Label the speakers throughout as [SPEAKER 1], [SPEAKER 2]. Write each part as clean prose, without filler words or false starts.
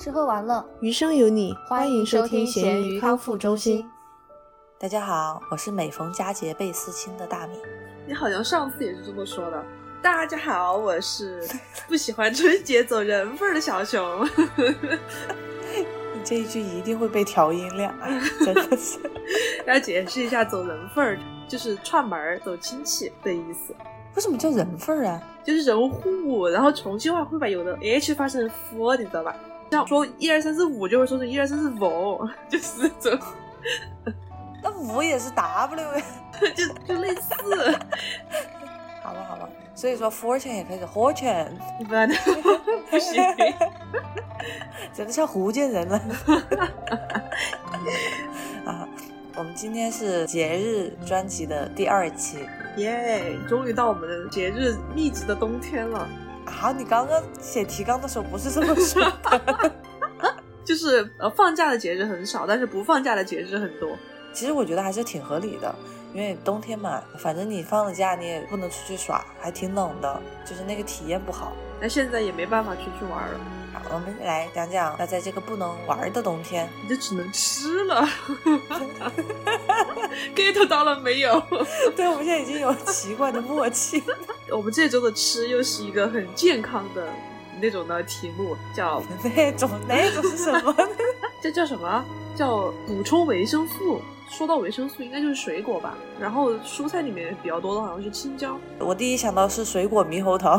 [SPEAKER 1] 吃喝玩乐，
[SPEAKER 2] 余生有你，
[SPEAKER 1] 欢迎收听咸鱼康复中心。
[SPEAKER 3] 大家好，我是每逢佳节倍思亲的大米。
[SPEAKER 2] 你好像上次也是这么说的。大家好，我是不喜欢春节走人份的小熊。
[SPEAKER 3] 你这一句一定会被调音量，真的是。
[SPEAKER 2] 要解释一下，走人份就是串门走亲戚的意思。
[SPEAKER 3] 为什么叫人份啊？
[SPEAKER 2] 就是人户，然后重庆话会把有的 h 发成 f， 你知道吧？像说1、2、3、4、5就会说成1、2、3、4、5，就是这种。
[SPEAKER 3] 那5也是 w，
[SPEAKER 2] 就类似。
[SPEAKER 3] 好吧，所以说 fortune 也可以是 fortune，
[SPEAKER 2] 不行，
[SPEAKER 3] 真的像福建人了。啊，我们今天是节日专辑的第2期，
[SPEAKER 2] 耶！终于到我们的节日密集的冬天了。
[SPEAKER 3] 啊，你刚刚写提纲的时候不是这么说的？
[SPEAKER 2] 就是放假的节日很少，但是不放假的节日很多。
[SPEAKER 3] 其实我觉得还是挺合理的，因为冬天嘛，反正你放了假你也不能出去耍，还挺冷的，就是那个体验不好。
[SPEAKER 2] 那现在也没办法出去玩了。
[SPEAKER 3] 好，我们来讲讲，那在这个不能玩的冬天，
[SPEAKER 2] 你就只能吃了。get 到了没有？
[SPEAKER 3] 对，我们现在已经有奇怪的默契。
[SPEAKER 2] 我们这周的吃又是一个很健康的那种的题目，叫
[SPEAKER 3] 那种是什么呢？
[SPEAKER 2] 这叫什么？叫补充维生素。说到维生素，应该就是水果吧。然后蔬菜里面比较多的好像是青椒。
[SPEAKER 3] 我第一想到是水果猕猴桃。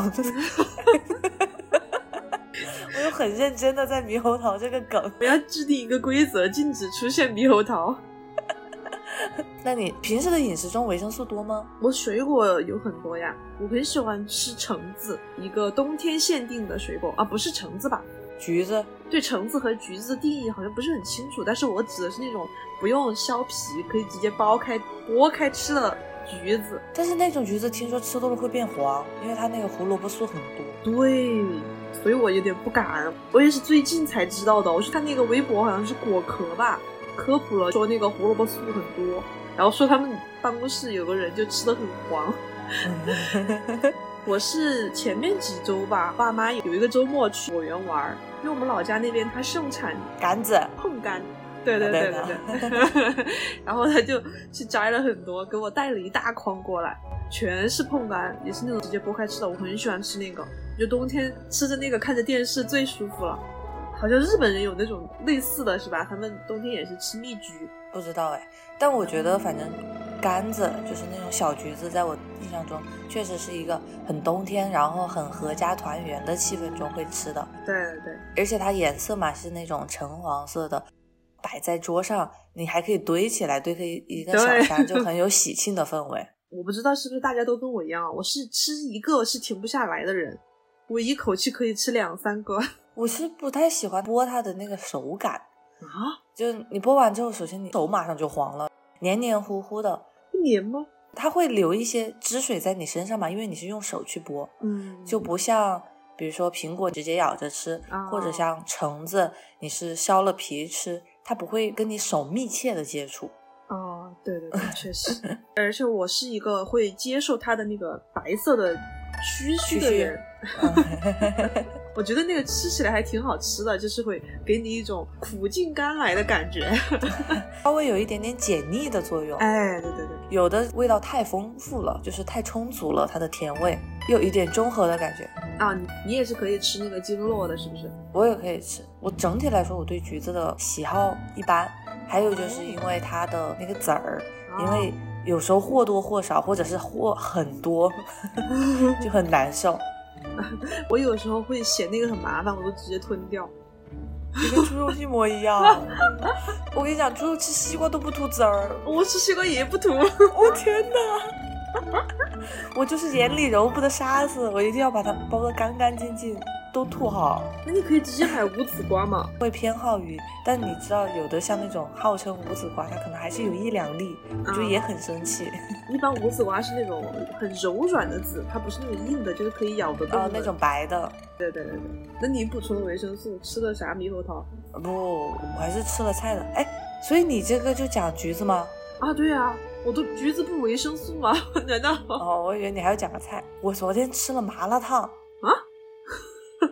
[SPEAKER 3] 我又很认真的在猕猴桃这个梗。
[SPEAKER 2] 我要制定一个规则，禁止出现猕猴桃。
[SPEAKER 3] 那你平时的饮食中维生素多吗？
[SPEAKER 2] 我水果有很多呀，我很喜欢吃橙子，一个冬天限定的水果啊，不是橙子吧？
[SPEAKER 3] 橘子。
[SPEAKER 2] 对橙子和橘子的定义好像不是很清楚，但是我指的是那种不用削皮可以直接剥开吃的橘子。
[SPEAKER 3] 但是那种橘子听说吃多了会变黄，因为它那个胡萝卜素很多。
[SPEAKER 2] 对，所以我有点不敢。我也是最近才知道的，我是看那个微博好像是果壳吧，科普了说那个胡萝卜素很多，然后说他们办公室有个人就吃得很黄。我是前面几周吧，爸妈有一个周末去果园玩，因为我们老家那边它盛产
[SPEAKER 3] 柑子、
[SPEAKER 2] 碰柑。对。然后他就去摘了很多，给我带了一大筐过来，全是碰柑，也是那种直接剥开吃的。我很喜欢吃那个，就冬天吃着那个看着电视最舒服了。好像日本人有那种类似的是吧？他们冬天也是吃蜜橘。
[SPEAKER 3] 不知道哎，但我觉得反正柑子就是那种小橘子，在我印象中确实是一个很冬天然后很合家团圆的气氛中会吃的。
[SPEAKER 2] 对，
[SPEAKER 3] 而且它颜色嘛是那种橙黄色的，摆在桌上你还可以堆起来，堆个一个小山，就很有喜庆的氛围。
[SPEAKER 2] 我不知道是不是大家都跟我一样，我是吃一个是停不下来的人，我一口气可以吃2、3个。
[SPEAKER 3] 我是不太喜欢剥它的那个手感
[SPEAKER 2] 啊，
[SPEAKER 3] 就你剥完之后，首先你手马上就黄了，黏黏糊糊的。
[SPEAKER 2] 黏吗？
[SPEAKER 3] 它会留一些汁水在你身上嘛，因为你是用手去剥，就不像比如说苹果直接咬着吃，或者像橙子你是削了皮吃，它不会跟你手密切的接触。
[SPEAKER 2] 哦，对，确实。而且我是一个会接受它的那个白色的须的人。我觉得那个吃起来还挺好吃的，就是会给你一种苦尽甘来的感觉。
[SPEAKER 3] 稍微有一点点解腻的作用。
[SPEAKER 2] 哎，对，
[SPEAKER 3] 有的味道太丰富了，就是太充足了，它的甜味又有一点中和的感觉
[SPEAKER 2] 啊。你也是可以吃那个经络的是不是？
[SPEAKER 3] 我也可以吃。我整体来说我对橘子的喜好一般，还有就是因为它的那个籽儿，因为有时候或多或少或者是或很多就很难受。
[SPEAKER 2] 我有时候会嫌那个很麻烦，我都直接吞掉。
[SPEAKER 3] 你跟猪肉一模一样。我跟你讲，猪肉吃西瓜都不吐籽儿，
[SPEAKER 2] 我吃西瓜也不吐。
[SPEAKER 3] 我天哪！我就是眼里揉不得沙子，我一定要把它剥得干干净净，都吐好。
[SPEAKER 2] 那你可以直接买无籽瓜嘛。
[SPEAKER 3] 会偏好于，但你知道有的像那种号称无籽瓜，它可能还是有1、2粒，我就也很生气。
[SPEAKER 2] 一般无籽瓜是那种很柔软的籽，它不是那种硬的，就是可以咬得动的。
[SPEAKER 3] 那种白的。
[SPEAKER 2] 对。那你补充的维生素吃的啥？猕猴桃？
[SPEAKER 3] 不，我还是吃了菜的。哎，所以你这个就讲橘子吗？
[SPEAKER 2] 啊，对啊，我都橘子不维生素吗？难道？
[SPEAKER 3] 哦，我以为你还要讲个菜。我昨天吃了麻辣烫
[SPEAKER 2] 啊。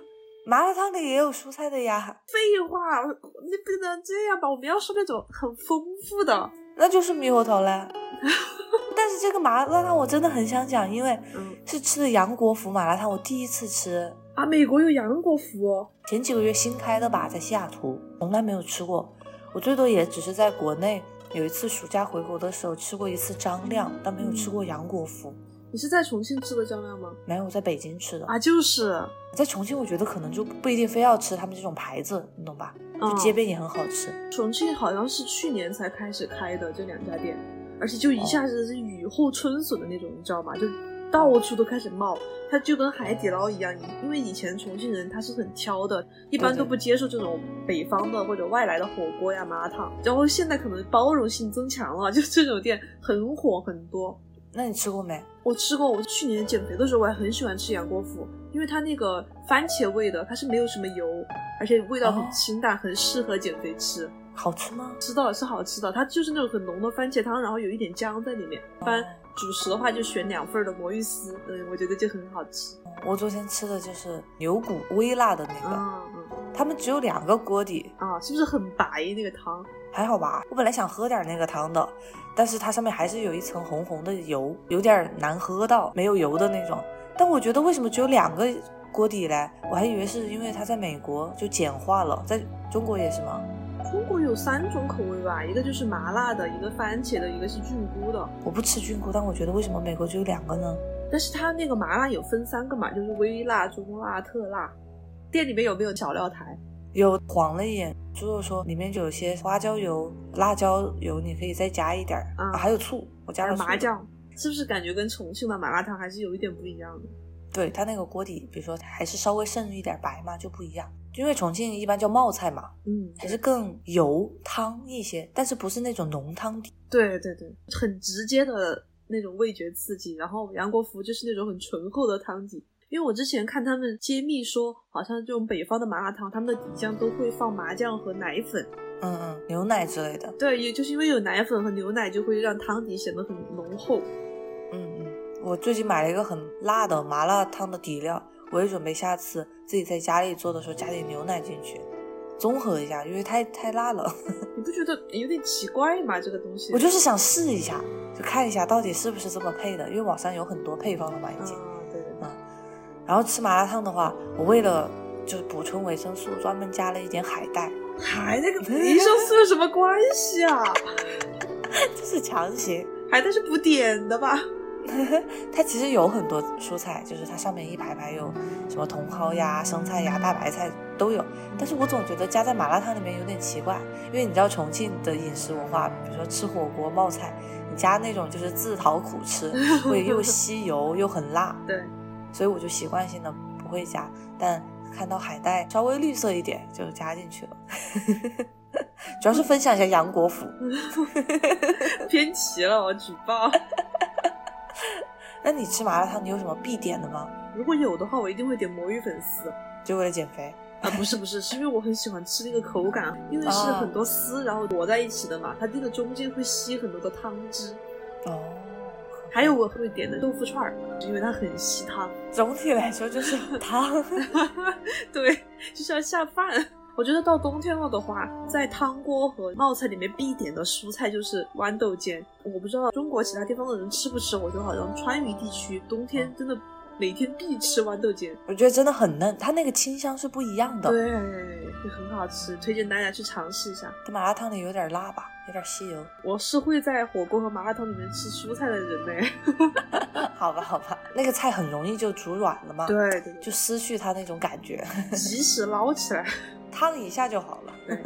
[SPEAKER 3] 麻辣烫里也有蔬菜的呀。
[SPEAKER 2] 废话，你不能这样吧，我们要说那种很丰富的。
[SPEAKER 3] 那就是猕猴桃了。但是这个麻辣烫我真的很想讲，因为是吃的杨国福麻辣烫，我第一次吃
[SPEAKER 2] 啊。美国有杨国福哦，
[SPEAKER 3] 前几个月新开的吧，在西雅图，从来没有吃过。我最多也只是在国内有一次暑假回国的时候吃过一次张亮，但没有吃过杨国福。
[SPEAKER 2] 你是在重庆吃的张亮吗？
[SPEAKER 3] 没有，在北京吃的
[SPEAKER 2] 啊。就是
[SPEAKER 3] 在重庆我觉得可能就不一定非要吃他们这种牌子，你懂吧？就街边也很好吃。
[SPEAKER 2] 重庆好像是去年才开始开的这2家店，而且就一下子是雨后春笋的那种，你知道吗？就到处都开始冒。它就跟海底捞一样，因为以前重庆人他是很挑的，一般都不接受这种北方的或者外来的火锅呀麻辣烫，然后现在可能包容性增强了，就这种店很火很多。
[SPEAKER 3] 那你吃过没？
[SPEAKER 2] 我吃过，我去年减肥的时候我还很喜欢吃杨国福，因为它那个番茄味的，它是没有什么油，而且味道很清淡，很适合减肥吃。
[SPEAKER 3] 好吃吗？
[SPEAKER 2] 吃的是好吃的，它就是那种很浓的番茄汤，然后有一点姜在里面。一般主食的话就选2份的魔芋丝，我觉得就很好吃。
[SPEAKER 3] 我昨天吃的就是牛骨微辣的那个，他们只有2个锅底
[SPEAKER 2] 啊，是不是很白那个汤？
[SPEAKER 3] 还好吧，我本来想喝点那个汤的，但是它上面还是有一层红红的油，有点难喝到没有油的那种。但我觉得为什么只有2个锅底嘞？我还以为是因为它在美国就简化了，在中国也是吗？
[SPEAKER 2] 中国有3种口味吧，一个就是麻辣的，一个番茄的，一个是菌菇的。
[SPEAKER 3] 我不吃菌菇，但我觉得为什么美国只有2个呢？
[SPEAKER 2] 但是它那个麻辣有分3个嘛，就是微辣、中辣、特辣。店里面有没有小料台？
[SPEAKER 3] 有，晃了一眼，猪肉说里面就有些花椒油、辣椒油，你可以再加一点还有醋，我加了醋。
[SPEAKER 2] 麻酱，是不是感觉跟重庆的麻辣烫还是有一点不一样的？
[SPEAKER 3] 对，它那个锅底，比如说还是稍微渗一点白嘛，就不一样。因为重庆一般叫冒菜嘛，还是更油汤一些，但是不是那种浓汤底。
[SPEAKER 2] 对对对，很直接的那种味觉刺激。然后杨国福就是那种很醇厚的汤底。因为我之前看他们揭秘说，好像这种北方的麻辣烫，他们的底酱都会放麻酱和奶粉，
[SPEAKER 3] 牛奶之类的。
[SPEAKER 2] 对，也就是因为有奶粉和牛奶，就会让汤底显得很浓厚。
[SPEAKER 3] 我最近买了一个很辣的麻辣烫的底料，我也准备下次自己在家里做的时候加点牛奶进去，综合一下，因为太辣了。
[SPEAKER 2] 你不觉得有点奇怪吗？这个东西，
[SPEAKER 3] 我就是想试一下，就看一下到底是不是这么配的，因为网上有很多配方了嘛，已经。然后吃麻辣烫的话，我为了就是补充维生素，专门加了一点海带。
[SPEAKER 2] 海带跟维生素有什么关系啊？
[SPEAKER 3] 这是强行。
[SPEAKER 2] 海带是补碘的吧？
[SPEAKER 3] 它其实有很多蔬菜，就是它上面一排排有什么茼蒿呀、生菜呀、大白菜都有，但是我总觉得加在麻辣烫里面有点奇怪，因为你知道重庆的饮食文化，比如说吃火锅冒菜，你加那种就是自讨苦吃，会又吸油又很辣。
[SPEAKER 2] 对，
[SPEAKER 3] 所以我就习惯性的不会加，但看到海带稍微绿色一点就加进去了。主要是分享一下杨国福。
[SPEAKER 2] 偏题了，我举报。
[SPEAKER 3] 那你吃麻辣烫你有什么必点的吗？
[SPEAKER 2] 如果有的话，我一定会点魔芋粉丝。
[SPEAKER 3] 就为了减肥
[SPEAKER 2] 啊？不是，是因为我很喜欢吃那个口感，因为是很多丝然后裹在一起的嘛，它这个中间会吸很多的汤汁。还有我会点的豆腐串，因为它很吸汤。
[SPEAKER 3] 总体来说就是汤。
[SPEAKER 2] 对，就是要下饭。我觉得到冬天了的话，在汤锅和冒菜里面必点的蔬菜就是豌豆尖。我不知道中国其他地方的人吃不吃，我觉得好像川渝地区冬天真的每天必吃豌豆尖。
[SPEAKER 3] 我觉得真的很嫩，它那个清香是不一样的。
[SPEAKER 2] 对，就很好吃，推荐大家去尝试一下。
[SPEAKER 3] 这麻辣烫里有点辣吧，有点吸油。
[SPEAKER 2] 我是会在火锅和麻辣烫里面吃蔬菜的人呢。
[SPEAKER 3] 好吧，那个菜很容易就煮软了嘛。
[SPEAKER 2] 对，
[SPEAKER 3] 就失去它那种感觉。
[SPEAKER 2] 及时捞起来，
[SPEAKER 3] 烫一下就好了。
[SPEAKER 2] 对。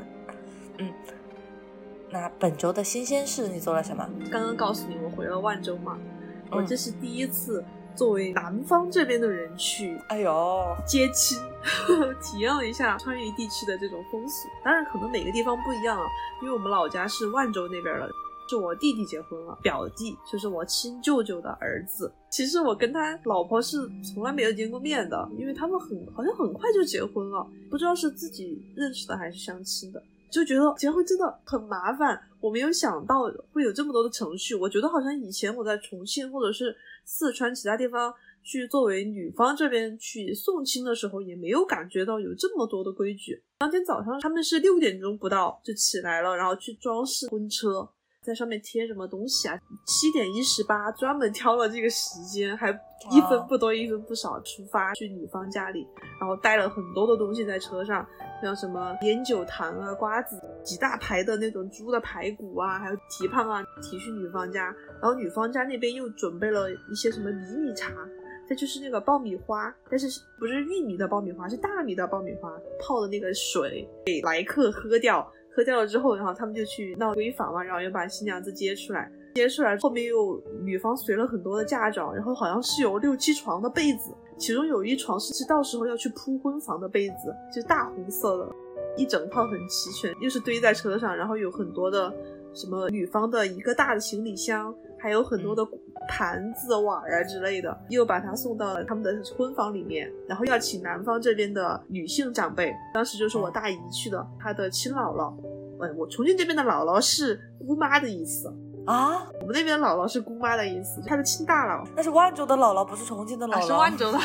[SPEAKER 3] 那本周的新鲜事你做了什么？
[SPEAKER 2] 刚刚告诉你我回了万州嘛，我这是第一次作为南方这边的人去接亲，体验了一下川渝地区的这种风俗。当然可能每个地方不一样啊，因为我们老家是万州那边的，是我弟弟结婚了，表弟就是我亲舅舅的儿子。其实我跟他老婆是从来没有见过面的，因为他们好像很快就结婚了，不知道是自己认识的还是相亲的。就觉得结婚真的很麻烦，我没有想到会有这么多的程序。我觉得好像以前我在重庆或者是四川其他地方去作为女方这边去送亲的时候，也没有感觉到有这么多的规矩。当天早上他们是6点钟不到就起来了，然后去装饰婚车，在上面贴什么东西啊，7点18专门挑了这个时间，还一分不多一分不少出发去女方家里，然后带了很多的东西在车上，像什么烟酒糖啊、瓜子、几大排的那种猪的排骨啊，还有蹄膀啊，提去女方家。然后女方家那边又准备了一些什么迷你茶，再就是那个爆米花，但是不是玉米的爆米花，是大米的爆米花，泡的那个水给来客喝掉了之后，然后他们就去闹闺房嘛，然后又把新娘子接出来，后面又女方随了很多的嫁妆，然后好像是有6、7床的被子，其中有一床是到时候要去铺婚房的被子，就是大红色的，一整套很齐全，又是堆在车上，然后有很多的什么女方的一个大的行李箱，还有很多的盘子碗啊之类的，又把它送到他们的婚房里面，然后要请男方这边的女性长辈，当时就是我大姨去的，她的亲姥姥，我重庆这边的姥姥是姑妈的意思
[SPEAKER 3] 啊，
[SPEAKER 2] 我们那边的姥姥是姑妈的意思，她的亲大姥。
[SPEAKER 3] 那是万州的姥姥，不是重庆的姥姥。
[SPEAKER 2] 是万州的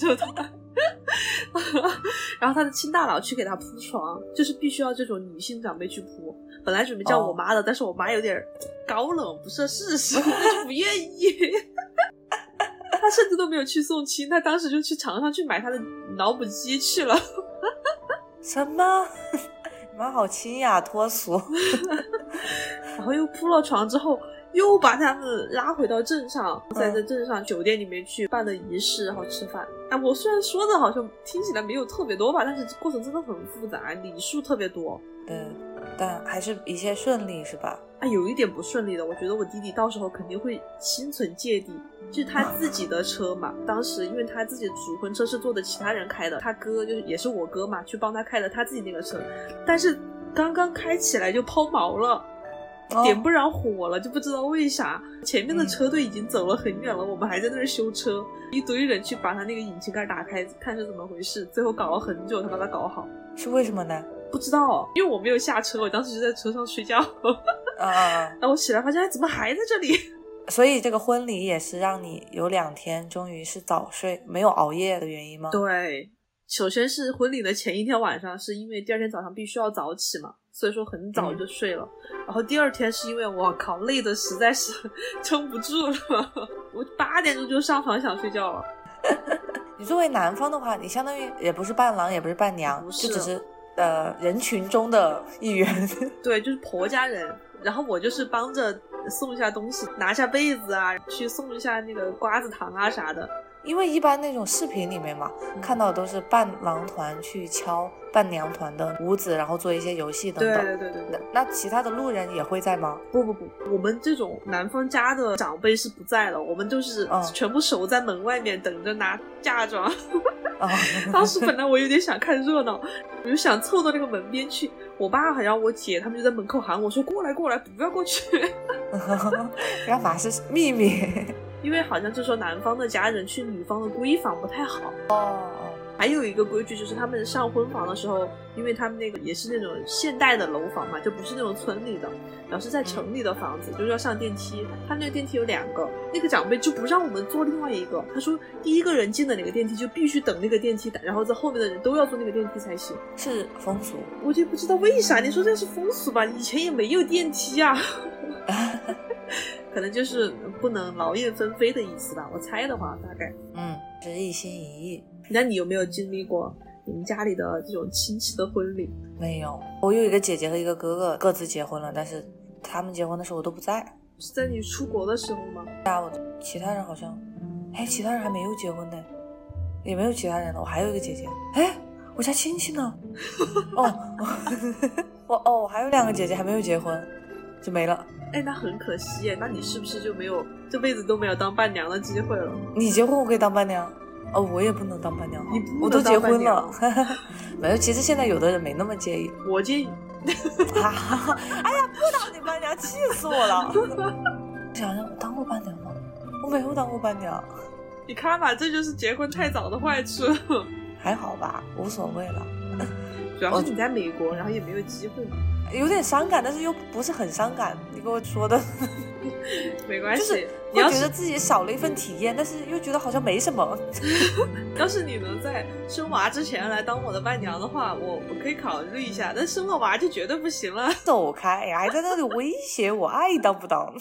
[SPEAKER 2] 然后她的亲大姥去给她铺床，就是必须要这种女性长辈去铺。本来准备叫我妈的，但是我妈有点高冷不是事实，我就不愿意。她甚至都没有去送亲，她当时就去场上去买她的脑补机去了。
[SPEAKER 3] 什么？你妈好清雅脱俗。
[SPEAKER 2] 然后又铺了床之后，又把他们拉回到镇上，在这镇上酒店里面去办了仪式，然后吃饭。我虽然说的好像听起来没有特别多吧，但是过程真的很复杂，礼数特别多。
[SPEAKER 3] 对，但还是一切顺利是吧？
[SPEAKER 2] 有一点不顺利的，我觉得我弟弟到时候肯定会心存芥蒂，就是他自己的车嘛，当时因为他自己的主婚车是坐的其他人开的，他哥就是也是我哥嘛，去帮他开了他自己那个车，但是刚刚开起来就抛锚了，点不燃火了，就不知道为啥，前面的车队已经走了很远了，我们还在那儿修车，一堆人去把他那个引擎盖打开看是怎么回事，最后搞了很久才把它搞好。
[SPEAKER 3] 是为什么呢？
[SPEAKER 2] 不知道，因为我没有下车，我当时就在车上睡觉。然后我起来发现怎么还在这里。
[SPEAKER 3] 所以这个婚礼也是让你有2天终于是早睡没有熬夜的原因吗？
[SPEAKER 2] 对，首先是婚礼的前一天晚上，是因为第二天早上必须要早起嘛，所以说很早就睡了。然后第二天是因为我靠累的实在是撑不住了，我8点钟就上床想睡觉了。
[SPEAKER 3] 你作为男方的话，你相当于也不是伴郎也不是伴娘，就只是人群中的一员。对，
[SPEAKER 2] 就是婆家人，然后我就是帮着送一下东西，拿下被子啊，去送一下那个瓜子糖啊啥的。
[SPEAKER 3] 因为一般那种视频里面嘛，看到的都是伴郎团去敲伴娘团的屋子，然后做一些游戏等等。
[SPEAKER 2] 对。
[SPEAKER 3] 那其他的路人也会在吗？
[SPEAKER 2] 不，我们这种男方家的长辈是不在了，我们就是全部守在门外面等着拿嫁妆。当时本来我有点想看热闹，我就想凑到那个门边去，我爸还让我姐他们就在门口喊我说过来不要过去。
[SPEAKER 3] 干嘛是秘密？
[SPEAKER 2] 因为好像就说男方的家人去女方的闺房不太好。还有一个规矩就是他们上婚房的时候，因为他们那个也是那种现代的楼房嘛，就不是那种村里的，然后是在城里的房子，就是要上电梯。他那个电梯有2个，那个长辈就不让我们坐另外一个，他说第一个人进的哪个电梯就必须等那个电梯，然后在后面的人都要坐那个电梯才行。
[SPEAKER 3] 是风俗，
[SPEAKER 2] 我就不知道为啥。你说这是风俗吧，以前也没有电梯啊。可能就是不能劳燕分飞的意思吧，我猜的话大概。
[SPEAKER 3] 是一心一意。
[SPEAKER 2] 那你有没有经历过你们家里的这种亲戚的婚礼？
[SPEAKER 3] 没有，我有一个姐姐和一个哥哥各自结婚了，但是他们结婚的时候我都不在。
[SPEAKER 2] 是在你出国的时候吗？
[SPEAKER 3] 其他人好像其他人还没有结婚呢，也没有其他人了。我还有一个姐姐，我家亲戚呢？我还有2个姐姐还没有结婚，就没了。
[SPEAKER 2] 那很可惜耶，那你是不是就没有这辈子都没有当伴娘的机会了？
[SPEAKER 3] 你结婚我可以当伴娘，我也不能当伴娘，
[SPEAKER 2] 我
[SPEAKER 3] 都结婚了。没有，其实现在有的人没那么介意。
[SPEAKER 2] 我介意。
[SPEAKER 3] 哎呀，不当你伴娘，气死我了！想想我当过伴娘吗？我没有当过伴娘。
[SPEAKER 2] 你看吧，这就是结婚太早的坏处。
[SPEAKER 3] 还好吧，无所谓了。
[SPEAKER 2] 主要是你在美国，然后也没有机会。
[SPEAKER 3] 有点伤感，但是又不是很伤感。你跟我说的
[SPEAKER 2] 没关系，
[SPEAKER 3] 就是会觉得自己少了一份体验，但是又觉得好像没什么。
[SPEAKER 2] 要是你能在生娃之前来当我的伴娘的话，我可以考虑一下，但生了娃就绝对不行了。
[SPEAKER 3] 走开呀，还在那里威胁我爱当不当。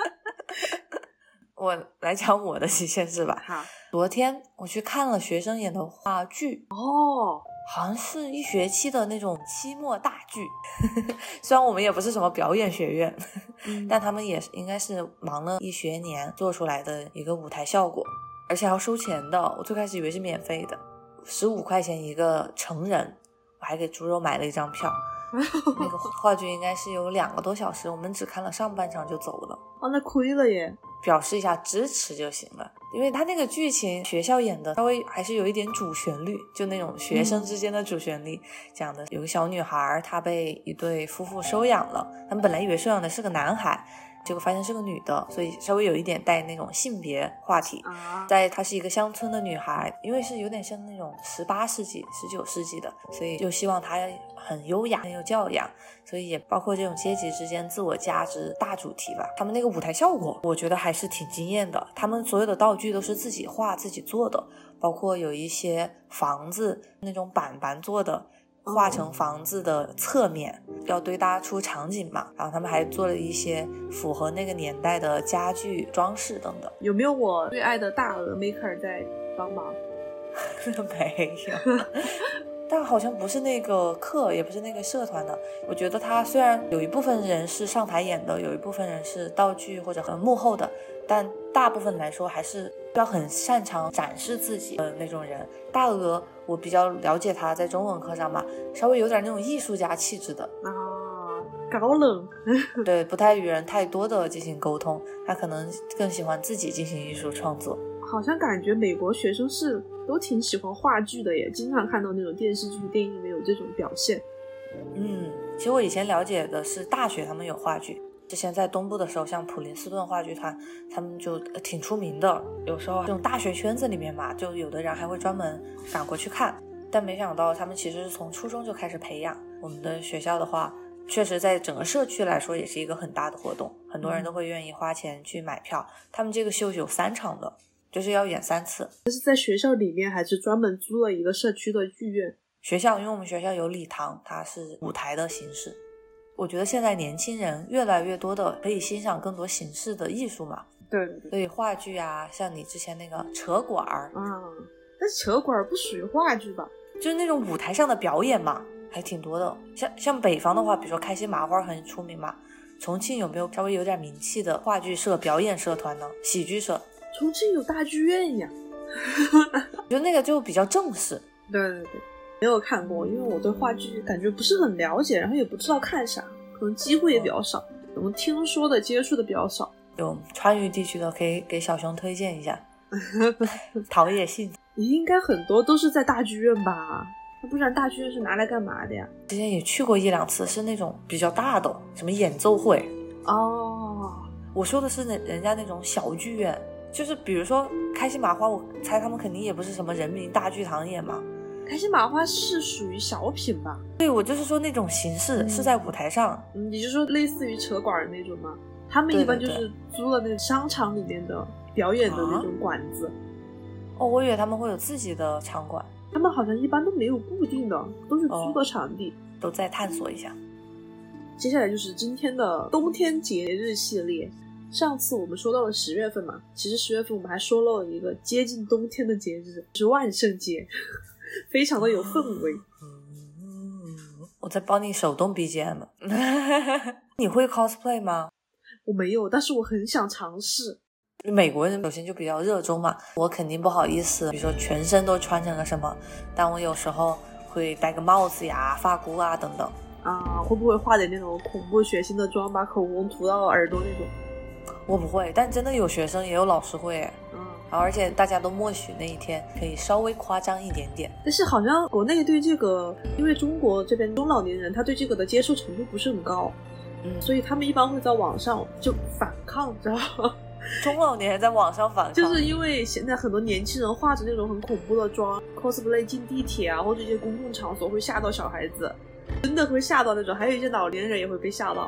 [SPEAKER 3] 我来讲我的极限是吧？
[SPEAKER 2] 好，
[SPEAKER 3] 昨天我去看了学生演的话剧
[SPEAKER 2] 哦，
[SPEAKER 3] 好像是一学期的那种期末大剧。虽然我们也不是什么表演学院，但他们也应该是忙了一学年做出来的一个舞台效果，而且还要收钱的。我最开始以为是免费的，15块钱一个成人，我还给猪肉买了一张票。那个话剧应该是有2个多小时，我们只看了上半场就走了。
[SPEAKER 2] 哦，那亏了耶。
[SPEAKER 3] 表示一下支持就行了，因为他那个剧情学校演的稍微还是有一点主旋律，就那种学生之间的主旋律，讲的有个小女孩，她被一对夫妇收养了，他们本来以为收养的是个男孩，结果发现是个女的，所以稍微有一点带那种性别话题。在她是一个乡村的女孩，因为是有点像那种18世纪19世纪的，所以就希望她很优雅很有教养，所以也包括这种阶级之间自我价值大主题吧。他们那个舞台效果我觉得还是挺惊艳的，他们所有的道具都是自己画自己做的，包括有一些房子那种板做的，画成房子的侧面，要对搭出场景嘛，然后他们还做了一些符合那个年代的家具装饰等等。
[SPEAKER 2] 有没有我最爱的大鹅 maker 在帮忙？
[SPEAKER 3] 没有。但好像不是那个课，也不是那个社团的。我觉得他虽然有一部分人是上台演的，有一部分人是道具或者很幕后的，但大部分来说还是要很擅长展示自己的那种人。大鹅我比较了解他，在中文课上嘛，稍微有点那种艺术家气质的
[SPEAKER 2] 啊，高冷。
[SPEAKER 3] 对，不太与人太多的进行沟通，他可能更喜欢自己进行艺术创作。
[SPEAKER 2] 好像感觉美国学生是都挺喜欢话剧的耶，经常看到那种电视剧电影里面有这种表现。
[SPEAKER 3] 其实我以前了解的是大学他们有话剧，之前在东部的时候，像普林斯顿话剧团他们就挺出名的，有时候这种大学圈子里面嘛，就有的人还会专门赶过去看，但没想到他们其实是从初中就开始培养。我们的学校的话确实在整个社区来说也是一个很大的活动，很多人都会愿意花钱去买票。他们这个秀有3场的，就是要演3次。
[SPEAKER 2] 这是在学校里面还是专门租了一个社区的剧院？
[SPEAKER 3] 学校，因为我们学校有礼堂，它是舞台的形式。我觉得现在年轻人越来越多的可以欣赏更多形式的艺术嘛。
[SPEAKER 2] 对，
[SPEAKER 3] 所以话剧啊，像你之前那个扯馆儿，
[SPEAKER 2] 但是扯馆不属于话剧吧？
[SPEAKER 3] 就是那种舞台上的表演嘛，还挺多的。像北方的话，比如说开心麻花很出名嘛。重庆有没有稍微有点名气的话剧社、表演社团呢？喜剧社。
[SPEAKER 2] 重庆有大剧院呀。
[SPEAKER 3] 我觉得那个就比较正式。
[SPEAKER 2] 对，没有看过，因为我对话剧感觉不是很了解，然后也不知道看啥，可能机会也比较少，我们听说的接触的比较少。
[SPEAKER 3] 有川渝地区的可以给小熊推荐一下。陶冶性
[SPEAKER 2] 应该很多都是在大剧院吧，不然大剧院是拿来干嘛的呀？
[SPEAKER 3] 之前也去过1-2次，是那种比较大的什么演奏会。我说的是人家那种小剧院，就是比如说开心麻花，我猜他们肯定也不是什么人民大剧堂演嘛。
[SPEAKER 2] 开心麻花是属于小品吧？
[SPEAKER 3] 对，我就是说那种形式是在舞台上。
[SPEAKER 2] 你就说类似于扯馆那种吗？他们一般就是租了那个商场里面的表演的那种馆子。
[SPEAKER 3] 我以为他们会有自己的场馆。
[SPEAKER 2] 他们好像一般都没有固定的，都是租的场地。
[SPEAKER 3] 都再探索一下。
[SPEAKER 2] 接下来就是今天的冬天节日系列。上次我们说到了10月份嘛，其实10月份我们还说漏了一个接近冬天的节日，是万圣节。非常的有氛围。
[SPEAKER 3] 我在帮你手动 BGM。你会 cosplay 吗？
[SPEAKER 2] 我没有，但是我很想尝试。
[SPEAKER 3] 美国人首先就比较热衷嘛，我肯定不好意思，比如说全身都穿成个什么，但我有时候会戴个帽子呀、发箍啊等等。
[SPEAKER 2] 会不会画点那种恐怖血腥的妆，把口红涂到耳朵那种？
[SPEAKER 3] 我不会，但真的有学生也有老师会。而且大家都默许那一天可以稍微夸张一点点。
[SPEAKER 2] 但是好像国内对这个，因为中国这边中老年人他对这个的接受程度不是很高，所以他们一般会在网上就反抗，知道吗？
[SPEAKER 3] 中老年人在网上反抗，
[SPEAKER 2] 就是因为现在很多年轻人画着那种很恐怖的妆 cosplay 进地铁啊，或者一些公共场所会吓到小孩子，真的会吓到那种，还有一些老年人也会被吓到。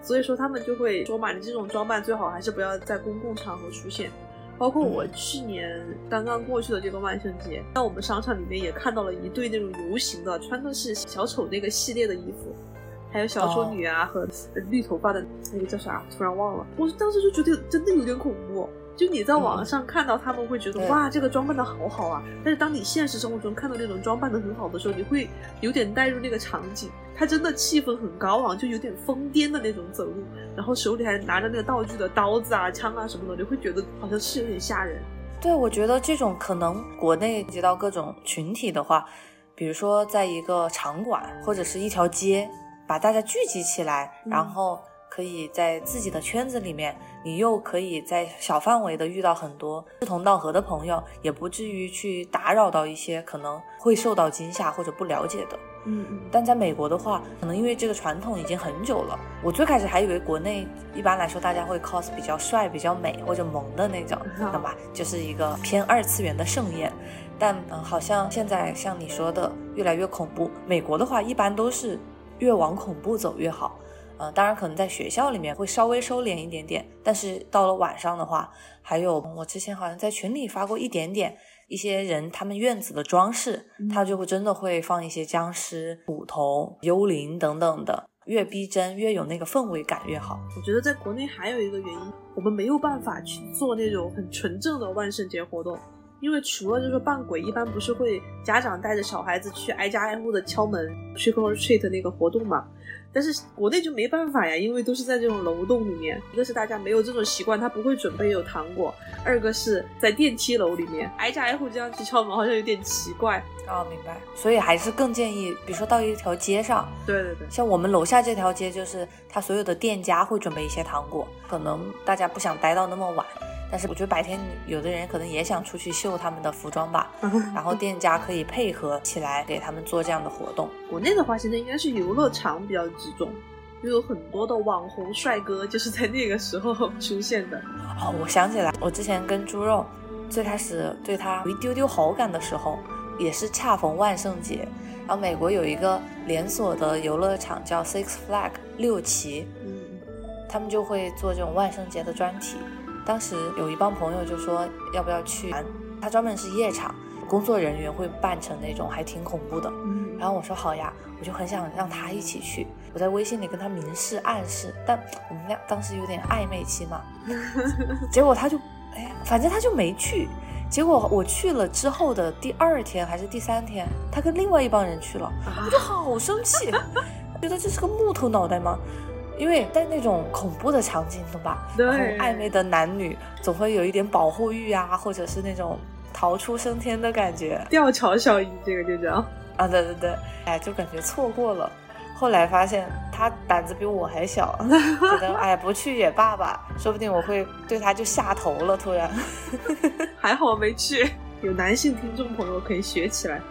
[SPEAKER 2] 所以说他们就会说嘛，你这种装扮最好还是不要在公共场合出现。包括我去年刚刚过去的这个万圣节，在我们商场里面也看到了一对那种游行的，穿的是小丑那个系列的衣服，还有小丑女啊和绿头发的那个叫啥突然忘了。我当时就觉得真的有点恐怖，就你在网上看到他们会觉得哇这个装扮的好好啊，但是当你现实生活中看到那种装扮的很好的时候，你会有点带入那个场景，他真的气氛很高昂，就有点疯癫的那种走路，然后手里还拿着那个道具的刀子啊枪啊什么的，你会觉得好像是有点吓人。
[SPEAKER 3] 对，我觉得这种可能国内接到各种群体的话，比如说在一个场馆或者是一条街把大家聚集起来，然后可以在自己的圈子里面，你又可以在小范围的遇到很多志同道合的朋友，也不至于去打扰到一些可能会受到惊吓或者不了解的。但在美国的话，可能因为这个传统已经很久了，我最开始还以为国内一般来说大家会 cos 比较帅比较美或者萌的那种，懂吧，就是一个偏二次元的盛宴。但好像现在像你说的越来越恐怖，美国的话一般都是越往恐怖走越好。当然可能在学校里面会稍微收敛一点点，但是到了晚上的话，还有我之前好像在群里发过一点点，一些人他们院子的装饰，他就会真的会放一些僵尸、骨头、幽灵等等的，越逼真越有那个氛围感越好。
[SPEAKER 2] 我觉得在国内还有一个原因，我们没有办法去做那种很纯正的万圣节活动，因为除了就是扮鬼，一般不是会家长带着小孩子去挨家挨户的敲门 trick or treat 那个活动嘛，但是国内就没办法呀，因为都是在这种楼栋里面，一个是大家没有这种习惯，他不会准备有糖果，二个是在电梯楼里面挨家挨户这样去敲门好像有点奇怪。
[SPEAKER 3] 明白。所以还是更建议比如说到一条街上，
[SPEAKER 2] 对对对，
[SPEAKER 3] 像我们楼下这条街，就是他所有的店家会准备一些糖果，可能大家不想待到那么晚，但是我觉得白天有的人可能也想出去秀他们的服装吧，然后店家可以配合起来给他们做这样的活动。
[SPEAKER 2] 国内的话现在应该是游乐场比较集中，就有很多的网红帅哥就是在那个时候出现的。
[SPEAKER 3] 我想起来，我之前跟猪肉最开始对他有一丢丢好感的时候，也是恰逢万圣节，然后美国有一个连锁的游乐场叫 Six Flag 六旗，他们就会做这种万圣节的专题。当时有一帮朋友就说要不要去玩，他专门是夜场，工作人员会扮成那种还挺恐怖的，然后我说好呀，我就很想让他一起去，我在微信里跟他明示暗示，但我们俩当时有点暧昧期嘛，结果他就反正他就没去。结果我去了之后的第2天还是第3天，他跟另外一帮人去了，我就好生气，觉得这是个木头脑袋吗？因为在那种恐怖的场景，懂吧？然后暧昧的男女总会有一点保护欲啊，或者是那种逃出升天的感觉，
[SPEAKER 2] 吊桥效应，这个就叫
[SPEAKER 3] 对对对，就感觉错过了。后来发现他胆子比我还小，觉得不去也罢吧，说不定我会对他就下头了。突然
[SPEAKER 2] 还好没去，有男性听众朋友可以学起来。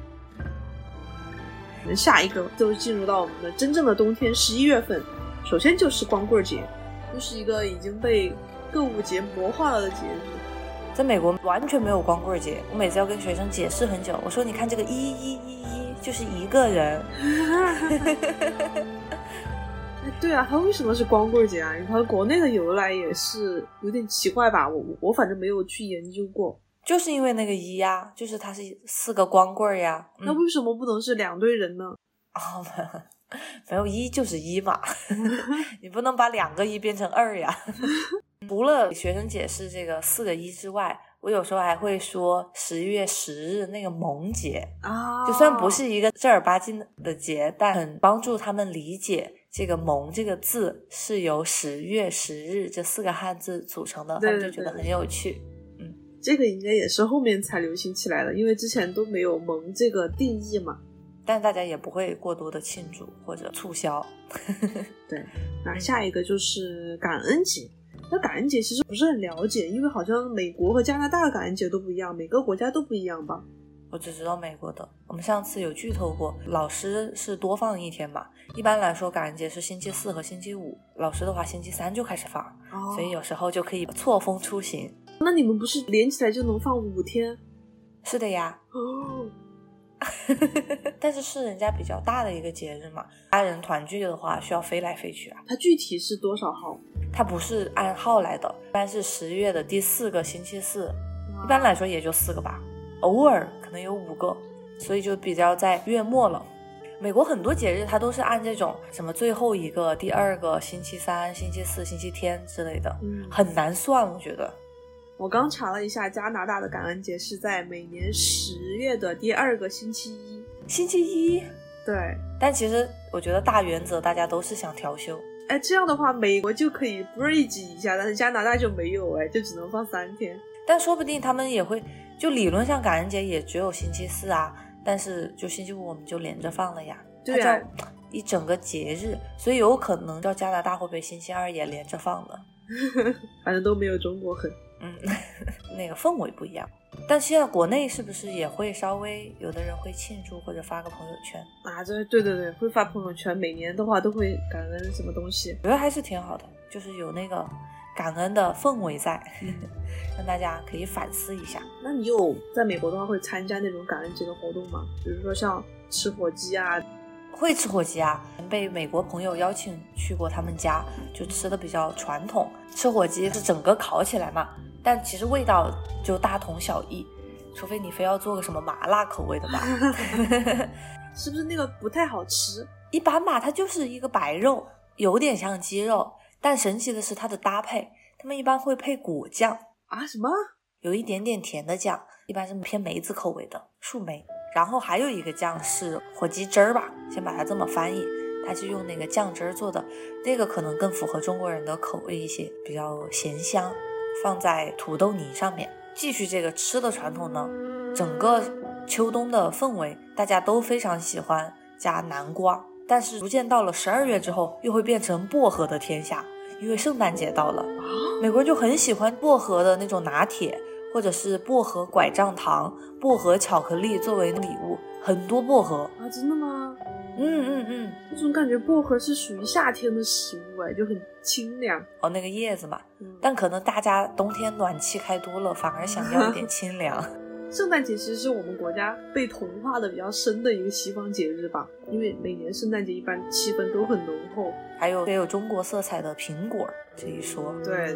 [SPEAKER 2] 我们下一个就进入到我们的真正的冬天11月份，首先就是光棍节，就是一个已经被购物节魔化了的节日。
[SPEAKER 3] 在美国完全没有光棍节，我每次要跟学生解释很久，我说你看这个111就是一个人。
[SPEAKER 2] 对啊，它为什么是光棍节啊？它国内的由来也是有点奇怪吧，我反正没有去研究过。
[SPEAKER 3] 就是因为那个1呀，就是它是4个光棍呀。
[SPEAKER 2] 那为什么不能是2对人呢？
[SPEAKER 3] 没有1就是1嘛，你不能把2个1变成2呀。除了学生解释这个4个1之外，我有时候还会说11月10日那个萌节就虽然不是一个正儿八经的节，但很帮助他们理解这个萌这个字是由10月10日这4个汉字组成的，他们就觉得很有趣。
[SPEAKER 2] 这个应该也是后面才流行起来的，因为之前都没有萌这个定义嘛，
[SPEAKER 3] 但大家也不会过多的庆祝或者促销。
[SPEAKER 2] 对，那下一个就是感恩节。那感恩节其实不是很了解，因为好像美国和加拿大的感恩节都不一样，每个国家都不一样吧。
[SPEAKER 3] 我只知道美国的，我们上次有剧透过，老师是多放1天嘛，一般来说感恩节是星期4和星期5，老师的话星期3就开始放，所以有时候就可以错峰出行。
[SPEAKER 2] 那你们不是连起来就能放5天？
[SPEAKER 3] 是的呀。 但是是人家比较大的一个节日嘛，家人团聚的话需要飞来飞去啊。
[SPEAKER 2] 它具体是多少号？
[SPEAKER 3] 它不是按号来的，一般是10月的第4个星期四，一般来说也就4个吧，偶尔可能有5个，所以就比较在月末了。美国很多节日它都是按这种什么最后一个、第2个、星期3、星期4、星期天之类的，很难算我觉得。
[SPEAKER 2] 我刚查了一下，加拿大的感恩节是在每年10月的第2个星期一。
[SPEAKER 3] 星期一？
[SPEAKER 2] 对。
[SPEAKER 3] 但其实我觉得大原则大家都是想调休。
[SPEAKER 2] 哎，这样的话美国就可以 bridge 一下，但是加拿大就没有，就只能放3天。
[SPEAKER 3] 但说不定他们也会，就理论上感恩节也只有星期4啊，但是就星期5我们就连着放了呀。
[SPEAKER 2] 对啊，
[SPEAKER 3] 它叫一整个节日，所以有可能叫加拿大会不会星期2也连着放了。
[SPEAKER 2] 反正都没有中国狠。
[SPEAKER 3] 那个氛围不一样。但现在国内是不是也会稍微有的人会庆祝或者发个朋友圈
[SPEAKER 2] 啊？对，会发朋友圈，每年的话都会感恩什么东西，
[SPEAKER 3] 我觉得还是挺好的，就是有那个感恩的氛围在，让大家可以反思一下。
[SPEAKER 2] 那你有在美国的话会参加那种感恩节的活动吗？比如说像吃火鸡啊？
[SPEAKER 3] 会吃火鸡啊，被美国朋友邀请去过他们家，就吃的比较传统。吃火鸡是整个烤起来嘛，但其实味道就大同小异，除非你非要做个什么麻辣口味的吧。
[SPEAKER 2] 是不是那个不太好吃？
[SPEAKER 3] 一般吧，它就是一个白肉，有点像鸡肉，但神奇的是它的搭配，他们一般会配果酱
[SPEAKER 2] 啊，什么？
[SPEAKER 3] 有一点点甜的酱，一般是偏梅子口味的树莓。然后还有一个酱是火鸡汁儿吧，先把它这么翻译，它是用那个酱汁儿做的，那个可能更符合中国人的口味一些，比较咸香，放在土豆泥上面。继续这个吃的传统呢，整个秋冬的氛围大家都非常喜欢加南瓜，但是逐渐到了12月之后又会变成薄荷的天下，因为圣诞节到了，美国人就很喜欢薄荷的那种拿铁，或者是薄荷拐杖糖、薄荷巧克力作为礼物，很多薄荷
[SPEAKER 2] 啊！真的吗？
[SPEAKER 3] 我
[SPEAKER 2] 总感觉薄荷是属于夏天的食物，就很清凉。
[SPEAKER 3] 哦，那个叶子嘛，但可能大家冬天暖气开多了，反而想要一点清凉。
[SPEAKER 2] 圣诞节其实是我们国家被同化的比较深的一个西方节日吧，因为每年圣诞节一般气氛都很浓厚，
[SPEAKER 3] 还有中国色彩的苹果这一说。
[SPEAKER 2] 对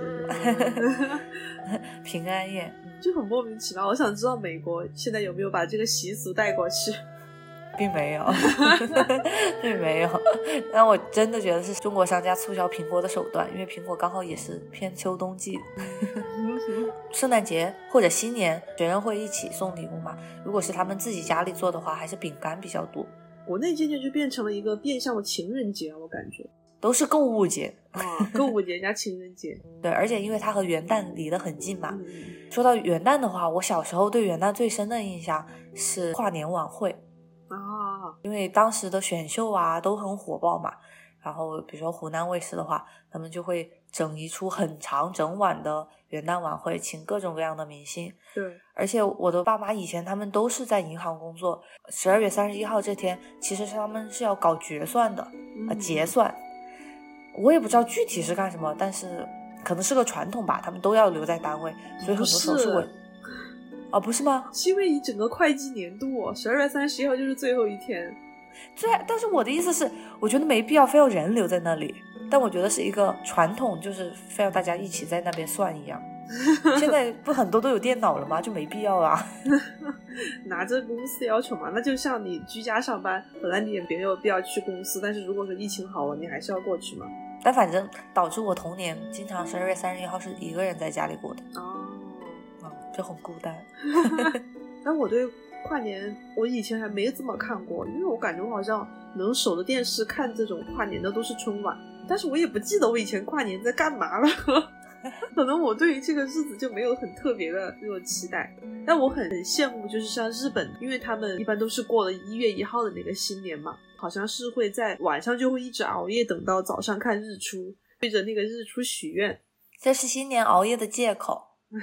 [SPEAKER 3] 平安夜
[SPEAKER 2] 就很莫名其妙。我想知道美国现在有没有把这个习俗带过去。
[SPEAKER 3] 并没有并没有，但我真的觉得是中国商家促销苹果的手段，因为苹果刚好也是偏秋冬季。圣诞节或者新年学生会一起送礼物嘛，如果是他们自己家里做的话，还是饼干比较多。
[SPEAKER 2] 国内渐渐就变成了一个变相的情人节，我感觉
[SPEAKER 3] 都是购物节
[SPEAKER 2] 购物节加情人节。
[SPEAKER 3] 对，而且因为它和元旦离得很近嘛。说到元旦的话，我小时候对元旦最深的印象是跨年晚会因为当时的选秀啊都很火爆嘛，然后比如说湖南卫视的话，他们就会整一出很长整晚的元旦晚会，请各种各样的明星。
[SPEAKER 2] 对，
[SPEAKER 3] 而且我的爸妈以前他们都是在银行工作，12月31号这天其实是他们是要搞决算的结算，我也不知道具体是干什么，但是可能是个传统吧，他们都要留在单位，所以很多时候是我不是吗？
[SPEAKER 2] 是因为你整个会计年度12月31号就是最后一天。
[SPEAKER 3] 对，但是我的意思是我觉得没必要非要人留在那里，但我觉得是一个传统，就是非要大家一起在那边算一样。现在不很多都有电脑了吗？就没必要啊。
[SPEAKER 2] 拿着公司要求嘛，那就像你居家上班，本来你也没有必要去公司，但是如果说疫情好了，你还是要过去嘛。
[SPEAKER 3] 但反正导致我童年经常12月31号是一个人在家里过的就很孤单。
[SPEAKER 2] 但我对跨年我以前还没怎么看过，因为我感觉我好像能守着电视看这种跨年的都是春晚，但是我也不记得我以前跨年在干嘛了。可能我对于这个日子就没有很特别的那种期待，但我很羡慕就是像日本，因为他们一般都是过了1月1号的那个新年嘛，好像是会在晚上就会一直熬夜等到早上看日出，对着那个日出许愿，
[SPEAKER 3] 这是新年熬夜的借口。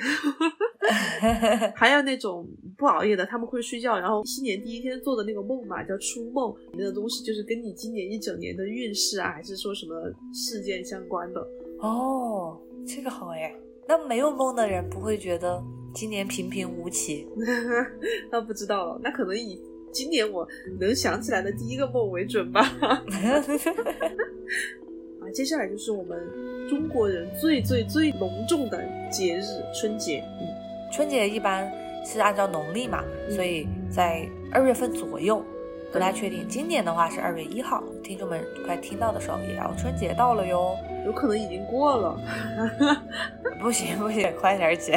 [SPEAKER 2] 还有那种不熬夜的，他们会睡觉，然后新年第一天做的那个梦嘛，叫初梦，里面的东西就是跟你今年一整年的运势啊，还是说什么事件相关的。
[SPEAKER 3] 这个好耶。那没有梦的人不会觉得今年平平无奇？
[SPEAKER 2] 那不知道了，那可能以今年我能想起来的第一个梦为准吧。接下来就是我们中国人最隆重的节日春节。
[SPEAKER 3] 春节一般是按照农历嘛，所以在2月份左右，不太确定。今年的话是2月1号，听众们快听到的时候也要春节到了哟，
[SPEAKER 2] 有可能已经过了。
[SPEAKER 3] 不行，快点节。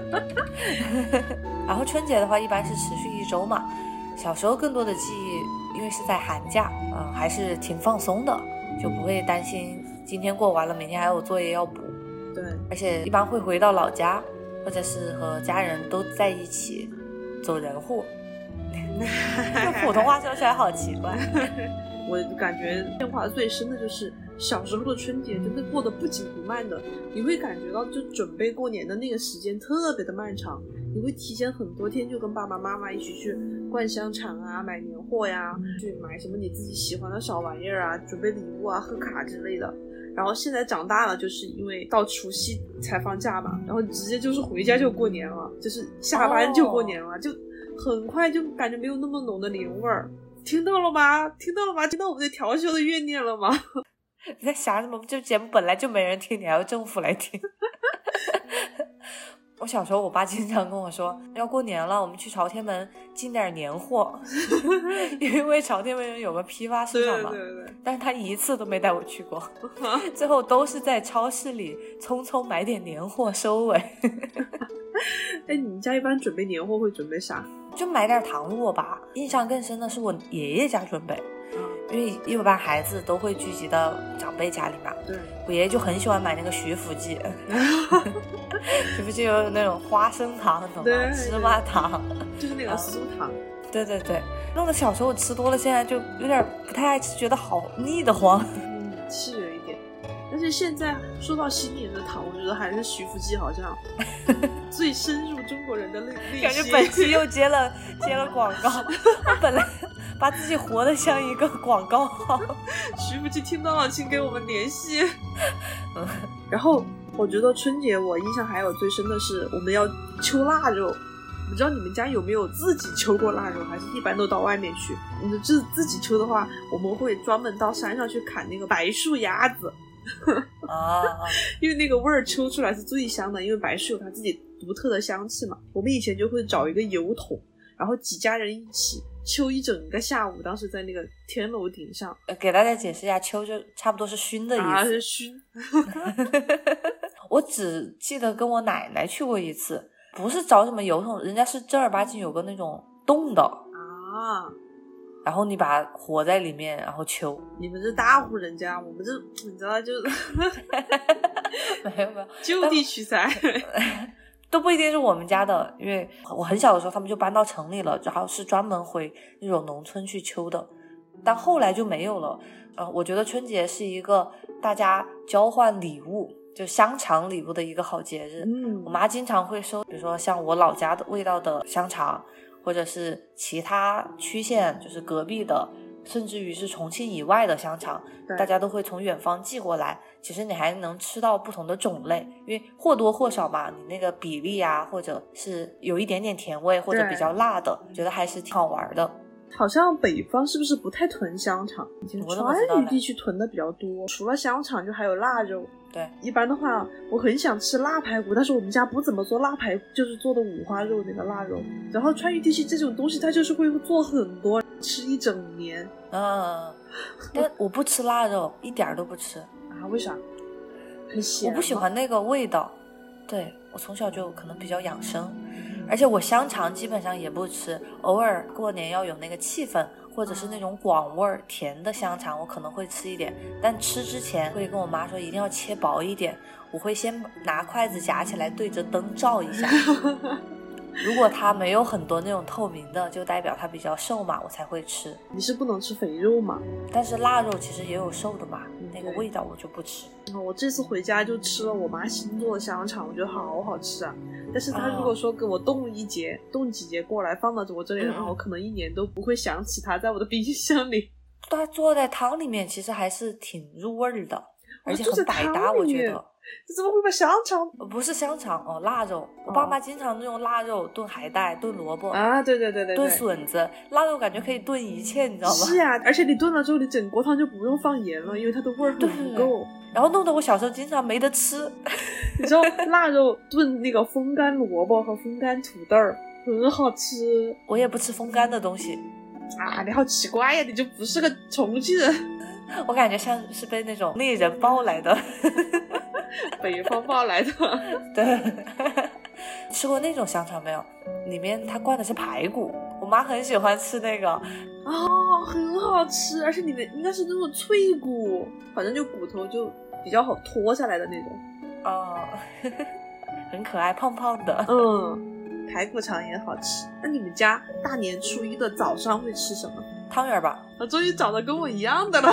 [SPEAKER 3] 然后春节的话一般是持续1周嘛，小时候更多的记忆，因为是在寒假，还是挺放松的，就不会担心今天过完了明天还有作业要补。
[SPEAKER 2] 对，
[SPEAKER 3] 而且一般会回到老家，或者是和家人都在一起走人户。这普通话说出来好奇怪。
[SPEAKER 2] 我感觉变化最深的就是小时候的春节真的过得不紧不慢的，你会感觉到就准备过年的那个时间特别的漫长，你会提前很多天就跟爸爸妈妈一起去灌香肠啊，买年货呀，去买什么你自己喜欢的小玩意儿啊，准备礼物啊，贺卡之类的。然后现在长大了，就是因为到除夕才放假嘛，然后直接就是回家就过年了，就是下班就过年了，就很快就感觉没有那么浓的年味儿。听到了吗？听到我们的调休的怨念了吗？
[SPEAKER 3] 你在想什么？这节目本来就没人听，你还要政府来听。我小时候我爸经常跟我说，要过年了我们去朝天门进点年货。因为朝天门有个批发市场嘛，
[SPEAKER 2] 对，
[SPEAKER 3] 但是他一次都没带我去过。最后都是在超市里匆匆买点年货收尾。
[SPEAKER 2] 你们家一般准备年货会准备啥？
[SPEAKER 3] 就买点糖果吧。印象更深的是我爷爷家准备，因为一般孩子都会聚集到长辈家里嘛。
[SPEAKER 2] 对，
[SPEAKER 3] 我爷爷就很喜欢买那个徐福记。徐福记有那种花生糖，懂吗？芝麻糖，
[SPEAKER 2] 就是那个酥糖。
[SPEAKER 3] 对，弄得小时候我吃多了，现在就有点不太爱吃，觉得好腻得慌。
[SPEAKER 2] 是有一点。但是现在说到新年的糖，我觉得还是徐福记好像最深入中国人的内心。
[SPEAKER 3] 感觉本期又接了广告。我本来把自己活得像一个广告号。
[SPEAKER 2] 徐福记听到了请给我们联系。然后我觉得春节我印象还有最深的是我们要秋腊肉。不知道你们家有没有自己秋过腊肉，还是一般都到外面去？你自己秋的话，我们会专门到山上去砍那个白树鸭子。因为那个味儿抽出来是最香的，因为白树有它自己独特的香气嘛。我们以前就会找一个油桶，然后几家人一起秋一整个下午，当时在那个天楼顶上。
[SPEAKER 3] 给大家解释一下，秋就差不多是熏的意思。
[SPEAKER 2] 是熏。
[SPEAKER 3] 我只记得跟我奶奶去过一次，不是找什么油桶，人家是正儿八经有个那种洞的然后你把它活在里面，然后秋。
[SPEAKER 2] 你们这大户人家，我们这你知道就
[SPEAKER 3] 没有
[SPEAKER 2] 就地取材。
[SPEAKER 3] 都不一定是我们家的，因为我很小的时候他们就搬到城里了，然后是专门回那种农村去秋的，但后来就没有了。我觉得春节是一个大家交换礼物，就香肠礼物的一个好节日。我妈经常会收，比如说像我老家的味道的香肠，或者是其他区县就是隔壁的，甚至于是重庆以外的香肠，大家都会从远方寄过来。其实你还能吃到不同的种类，因为或多或少嘛，你那个比例啊，或者是有一点点甜味，或者比较辣的，觉得还是挺好玩的。
[SPEAKER 2] 好像北方是不是不太囤香肠？以前川渝地区囤的比较多，除了香肠就还有腊肉。
[SPEAKER 3] 对，
[SPEAKER 2] 一般的话我很想吃腊排骨，但是我们家不怎么做腊排骨，就是做的五花肉那个腊肉。然后川渝地区这种东西它就是会做很多，吃一整年。
[SPEAKER 3] 但我不吃腊肉，一点都不吃。
[SPEAKER 2] 为啥？很咸。
[SPEAKER 3] 我不喜欢那个味道。对，我从小就可能比较养生，而且我香肠基本上也不吃，偶尔过年要有那个气氛，或者是那种广味甜的香肠我可能会吃一点，但吃之前会跟我妈说一定要切薄一点，我会先拿筷子夹起来对着灯照一下。如果它没有很多那种透明的，就代表它比较瘦嘛，我才会吃。
[SPEAKER 2] 你是不能吃肥肉嘛？
[SPEAKER 3] 但是腊肉其实也有瘦的嘛，那个味道我就不吃。
[SPEAKER 2] 我这次回家就吃了我妈新做的香肠，我觉得好好吃啊。但是她如果说给我冻几节过来放到我这里的话，我可能一年都不会想起它在我的冰箱里。
[SPEAKER 3] 它做在汤里面其实还是挺入味儿的，而且很百搭，我觉得。
[SPEAKER 2] 你怎么会把香肠？
[SPEAKER 3] 不是香肠哦，腊肉。我爸妈经常用腊肉炖海带、炖萝卜
[SPEAKER 2] 啊，对对对对，
[SPEAKER 3] 炖笋子。腊肉感觉可以炖一切，你知道吗？
[SPEAKER 2] 是呀，而且你炖了之后，你整锅汤就不用放盐了，因为它的味儿很足够。
[SPEAKER 3] 然后弄得我小时候经常没得吃。
[SPEAKER 2] 你知道腊肉炖那个风干萝卜和风干土豆很好吃。
[SPEAKER 3] 我也不吃风干的东西。
[SPEAKER 2] 啊，你好奇怪呀，你就不是个重庆人。
[SPEAKER 3] 我感觉像是被那种内人抱来的。
[SPEAKER 2] 北方抱来的。
[SPEAKER 3] 对。吃过那种香肠没有？里面它灌的是排骨，我妈很喜欢吃那个。
[SPEAKER 2] 哦，很好吃，而且里面应该是那种脆骨，反正就骨头就比较好脱下来的那种。
[SPEAKER 3] 哦。很可爱，胖胖的。
[SPEAKER 2] 排骨肠也好吃。那你们家大年初一的早上会吃什么？
[SPEAKER 3] 汤圆吧。
[SPEAKER 2] 我终于找到跟我一样的了。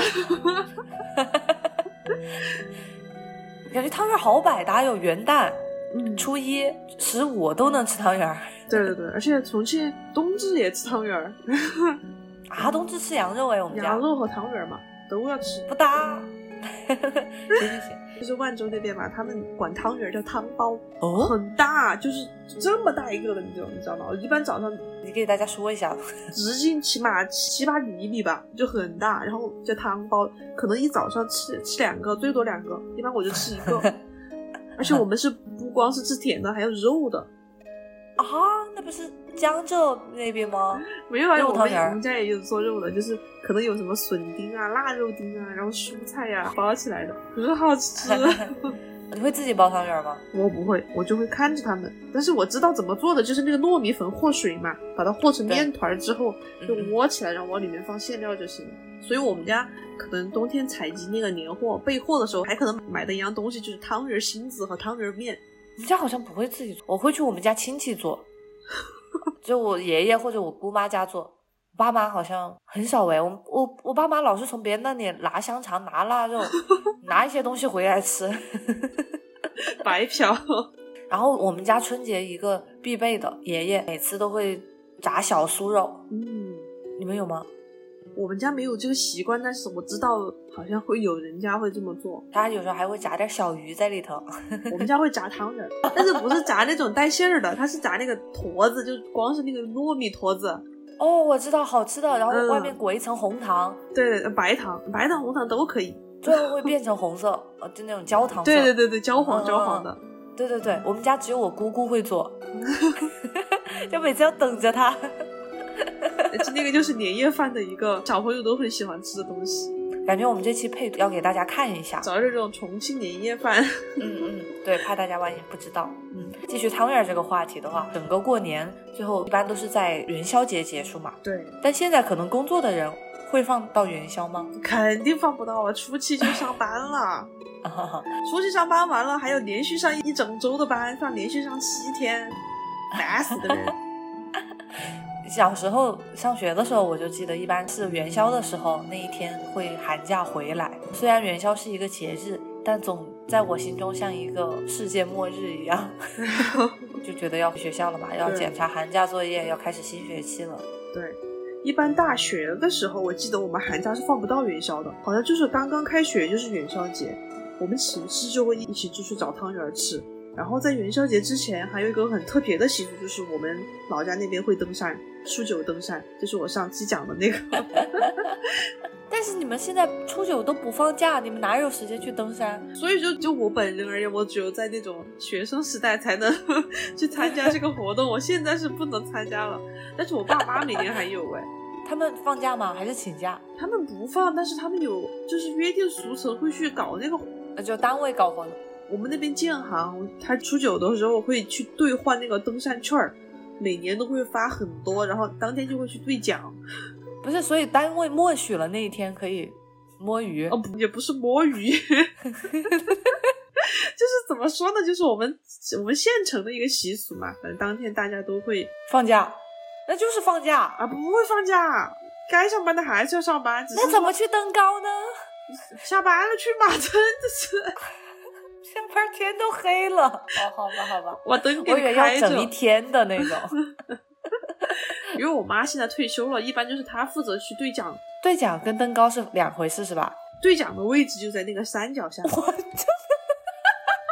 [SPEAKER 3] 感觉汤圆好百搭，有元旦、初一、15都能吃汤圆。
[SPEAKER 2] 对对对，而且重庆冬至也吃汤圆。
[SPEAKER 3] 啊，冬至吃羊肉哎，我们家
[SPEAKER 2] 羊肉和汤圆嘛都要吃，
[SPEAKER 3] 不搭。行，
[SPEAKER 2] 就是万州那边嘛，他们管汤圆叫汤包。
[SPEAKER 3] 哦，
[SPEAKER 2] 很大，就是这么大一个的，你知道吗？一般早上
[SPEAKER 3] 你给大家说一下，
[SPEAKER 2] 直径起码7-8厘米吧，就很大，然后叫汤包，可能一早上吃2个，最多2个，一般我就吃1个。而且我们是不光是吃甜的，还有肉的。
[SPEAKER 3] 啊，那不是江浙那边吗？
[SPEAKER 2] 没有啊，
[SPEAKER 3] 肉汤圆
[SPEAKER 2] 我们家也有做肉的，就是可能有什么笋丁啊、腊肉丁啊，然后蔬菜呀、包起来的，很好吃。
[SPEAKER 3] 你会自己包汤圆吗？
[SPEAKER 2] 我不会，我就会看着他们。但是我知道怎么做的，就是那个糯米粉和水嘛，把它和成面团之后就窝起来，然后往里面放馅料就行了。所以我们家可能冬天采集那个年货备货的时候，还可能买的一样东西就是汤圆芯子和汤圆面。
[SPEAKER 3] 你家好像不会自己做，我会去我们家亲戚做，就我爷爷或者我姑妈家做。爸妈好像很少哎，我爸妈老是从别人那里拿香肠、拿腊肉、拿一些东西回来吃，
[SPEAKER 2] 白嫖。
[SPEAKER 3] 然后我们家春节一个必备的，爷爷每次都会炸小酥肉。你们有吗？
[SPEAKER 2] 我们家没有这个习惯，但是我知道好像会有人家会这么做。
[SPEAKER 3] 他有时候还会炸点小鱼在里头。
[SPEAKER 2] 我们家会炸汤圆，但是不是炸那种带馅儿的，它是炸那个坨子，就光是那个糯米坨子。
[SPEAKER 3] 哦，我知道，好吃的，然后外面裹一层红糖。
[SPEAKER 2] 对，白糖、红糖都可以。
[SPEAKER 3] 最后会变成红色，就那种焦糖色。
[SPEAKER 2] 对，焦黄的。
[SPEAKER 3] 对，我们家只有我姑姑会做，就每次要等着她。
[SPEAKER 2] 那个就是年夜饭的一个小朋友都很喜欢吃的东西。
[SPEAKER 3] 感觉我们这期配要给大家看一下，
[SPEAKER 2] 找这种重庆年夜饭。
[SPEAKER 3] 对，怕大家万一不知道。继续汤圆这个话题的话，整个过年最后一般都是在元宵节结束嘛。
[SPEAKER 2] 对。
[SPEAKER 3] 但现在可能工作的人会放到元宵吗？
[SPEAKER 2] 肯定放不到啊，初七就上班了。初七上班完了，还有连续上1整周的班，连续上7天，烦死的人。
[SPEAKER 3] 小时候上学的时候，我就记得一般是元宵的时候那一天会寒假回来。虽然元宵是一个节日，但总在我心中像一个世界末日一样。就觉得要回学校了嘛，要检查寒假作业，要开始新学期了。
[SPEAKER 2] 对，一般大学的时候，我记得我们寒假是放不到元宵的，好像就是刚刚开学就是元宵节，我们寝室就会一起出去找汤圆吃。然后在元宵节之前还有一个很特别的习俗，就是我们老家那边会登山，初9登山，就是我上期讲的那个。
[SPEAKER 3] 但是你们现在初9都不放假，你们哪有时间去登山？
[SPEAKER 2] 所以就我本人而言，我只有在那种学生时代才能去参加这个活动，我现在是不能参加了。但是我爸妈每年还有哎。
[SPEAKER 3] 他们放假吗？还是请假？
[SPEAKER 2] 他们不放，但是他们有就是约定俗成会去搞那个，
[SPEAKER 3] 就单位搞活动。
[SPEAKER 2] 我们那边建行他初9的时候会去兑换那个登山券，每年都会发很多，然后当天就会去兑奖。
[SPEAKER 3] 不是，所以单位默许了那一天可以摸鱼。
[SPEAKER 2] 哦，也不是摸鱼。就是怎么说呢，就是我们县城的一个习俗嘛，反正当天大家都会
[SPEAKER 3] 放假。那就是放假
[SPEAKER 2] 啊，不会放假，该上班的还是要上班。
[SPEAKER 3] 那怎么去登高呢？
[SPEAKER 2] 下班了去嘛，真的是。
[SPEAKER 3] 下班天都黑了。好吧，
[SPEAKER 2] 我灯给
[SPEAKER 3] 我以为要整一天的那种。
[SPEAKER 2] 因为我妈现在退休了，一般就是她负责去兑奖。
[SPEAKER 3] 兑奖跟登高是2回事是吧？
[SPEAKER 2] 兑奖的位置就在那个山脚下。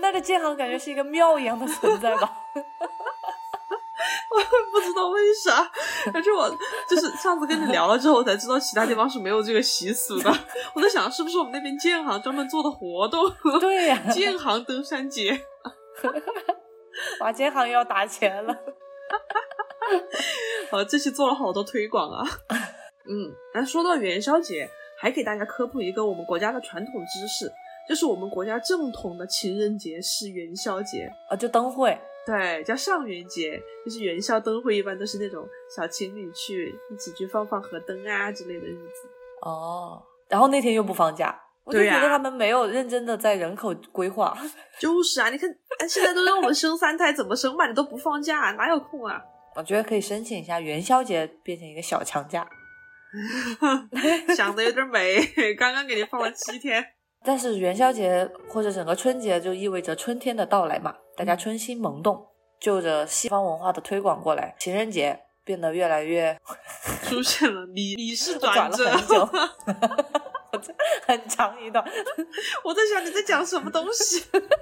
[SPEAKER 3] 那个建行感觉是一个庙一样的存在吧。
[SPEAKER 2] 我不知道为啥，而且我就是上次跟你聊了之后，我才知道其他地方是没有这个习俗的。我在想，是不是我们那边建行专门做的活动？
[SPEAKER 3] 对呀、
[SPEAKER 2] 建行登山节。
[SPEAKER 3] 哇，建行又要打钱了。
[SPEAKER 2] 这期做了好多推广啊。那说到元宵节，还给大家科普一个我们国家的传统知识，就是我们国家正统的情人节是元宵节
[SPEAKER 3] 就灯会。
[SPEAKER 2] 对，叫上元节，就是元宵灯会，一般都是那种小情侣一起去放河灯啊之类的日子。
[SPEAKER 3] 然后那天又不放假，我就觉得他们没有认真的在人口规划。
[SPEAKER 2] 就是啊，你看现在都让我们生3胎怎么生嘛，你都不放假，哪有空啊？
[SPEAKER 3] 我觉得可以申请一下元宵节变成一个小长假。
[SPEAKER 2] 想的有点美，刚刚给你放了7天。
[SPEAKER 3] 但是元宵节或者整个春节就意味着春天的到来嘛，大家春心萌动，就着西方文化的推广过来，情人节变得越来越
[SPEAKER 2] 出现了米式
[SPEAKER 3] 转
[SPEAKER 2] 折。
[SPEAKER 3] 了很久。很长一段。
[SPEAKER 2] 我在想你在讲什么东西。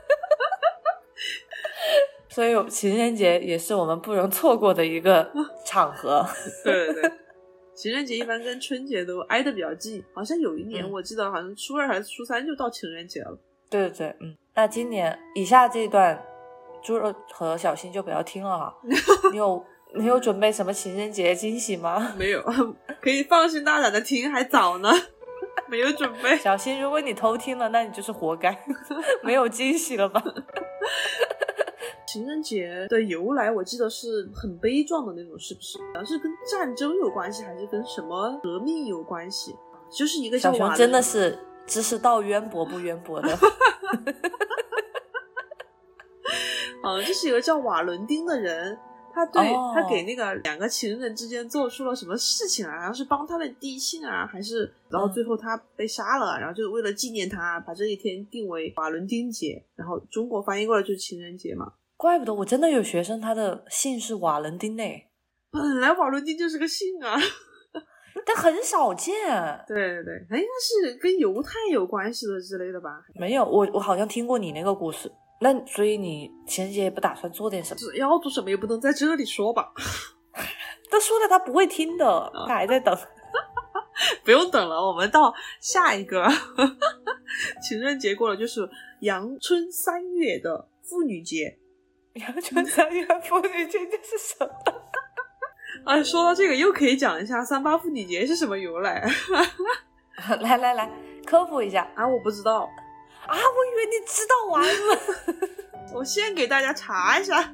[SPEAKER 3] 所以情人节也是我们不容错过的一个场合。
[SPEAKER 2] 对对对，情人节一般跟春节都挨得比较近，好像有一年我记得好像初2还是初3就到情人节了。
[SPEAKER 3] 对对对，那今年以下这一段猪肉和小新就不要听了哈。你有准备什么情人节惊喜吗？
[SPEAKER 2] 没有，可以放心大胆的听，还早呢。没有准备。
[SPEAKER 3] 小新，如果你偷听了，那你就是活该。没有惊喜了吧？
[SPEAKER 2] 情人节的由来我记得是很悲壮的那种，是不是？是跟战争有关系，还是跟什么革命有关系？就是一个叫
[SPEAKER 3] 小熊真的是知识到渊博不渊博的。
[SPEAKER 2] 这是一个叫瓦伦丁的人，他给那个2个情人之间做出了什么事情啊？好像是帮他们递信啊，还是然后最后他被杀了，然后就为了纪念他，把这一天定为瓦伦丁节，然后中国翻译过来就是情人节嘛。
[SPEAKER 3] 怪不得我真的有学生他的姓是瓦伦丁内，
[SPEAKER 2] 本来瓦伦丁就是个姓啊。
[SPEAKER 3] 但很少见。
[SPEAKER 2] 对对对，应该是跟犹太有关系的之类的吧？
[SPEAKER 3] 没有，我好像听过你那个故事。那所以你情人节也不打算做点什么？
[SPEAKER 2] 要做什么也不能在这里说吧。
[SPEAKER 3] 都说了他不会听的，他还在等。
[SPEAKER 2] 不用等了，我们到下一个。情人节过了，就是阳春3月的妇女节。
[SPEAKER 3] 阳春3月妇女节这是什么？
[SPEAKER 2] 说到这个又可以讲一下38妇女节是什么由来。
[SPEAKER 3] 来科普一下
[SPEAKER 2] 啊！我不知道
[SPEAKER 3] 啊，我以为你知道完了。
[SPEAKER 2] 我先给大家查一下。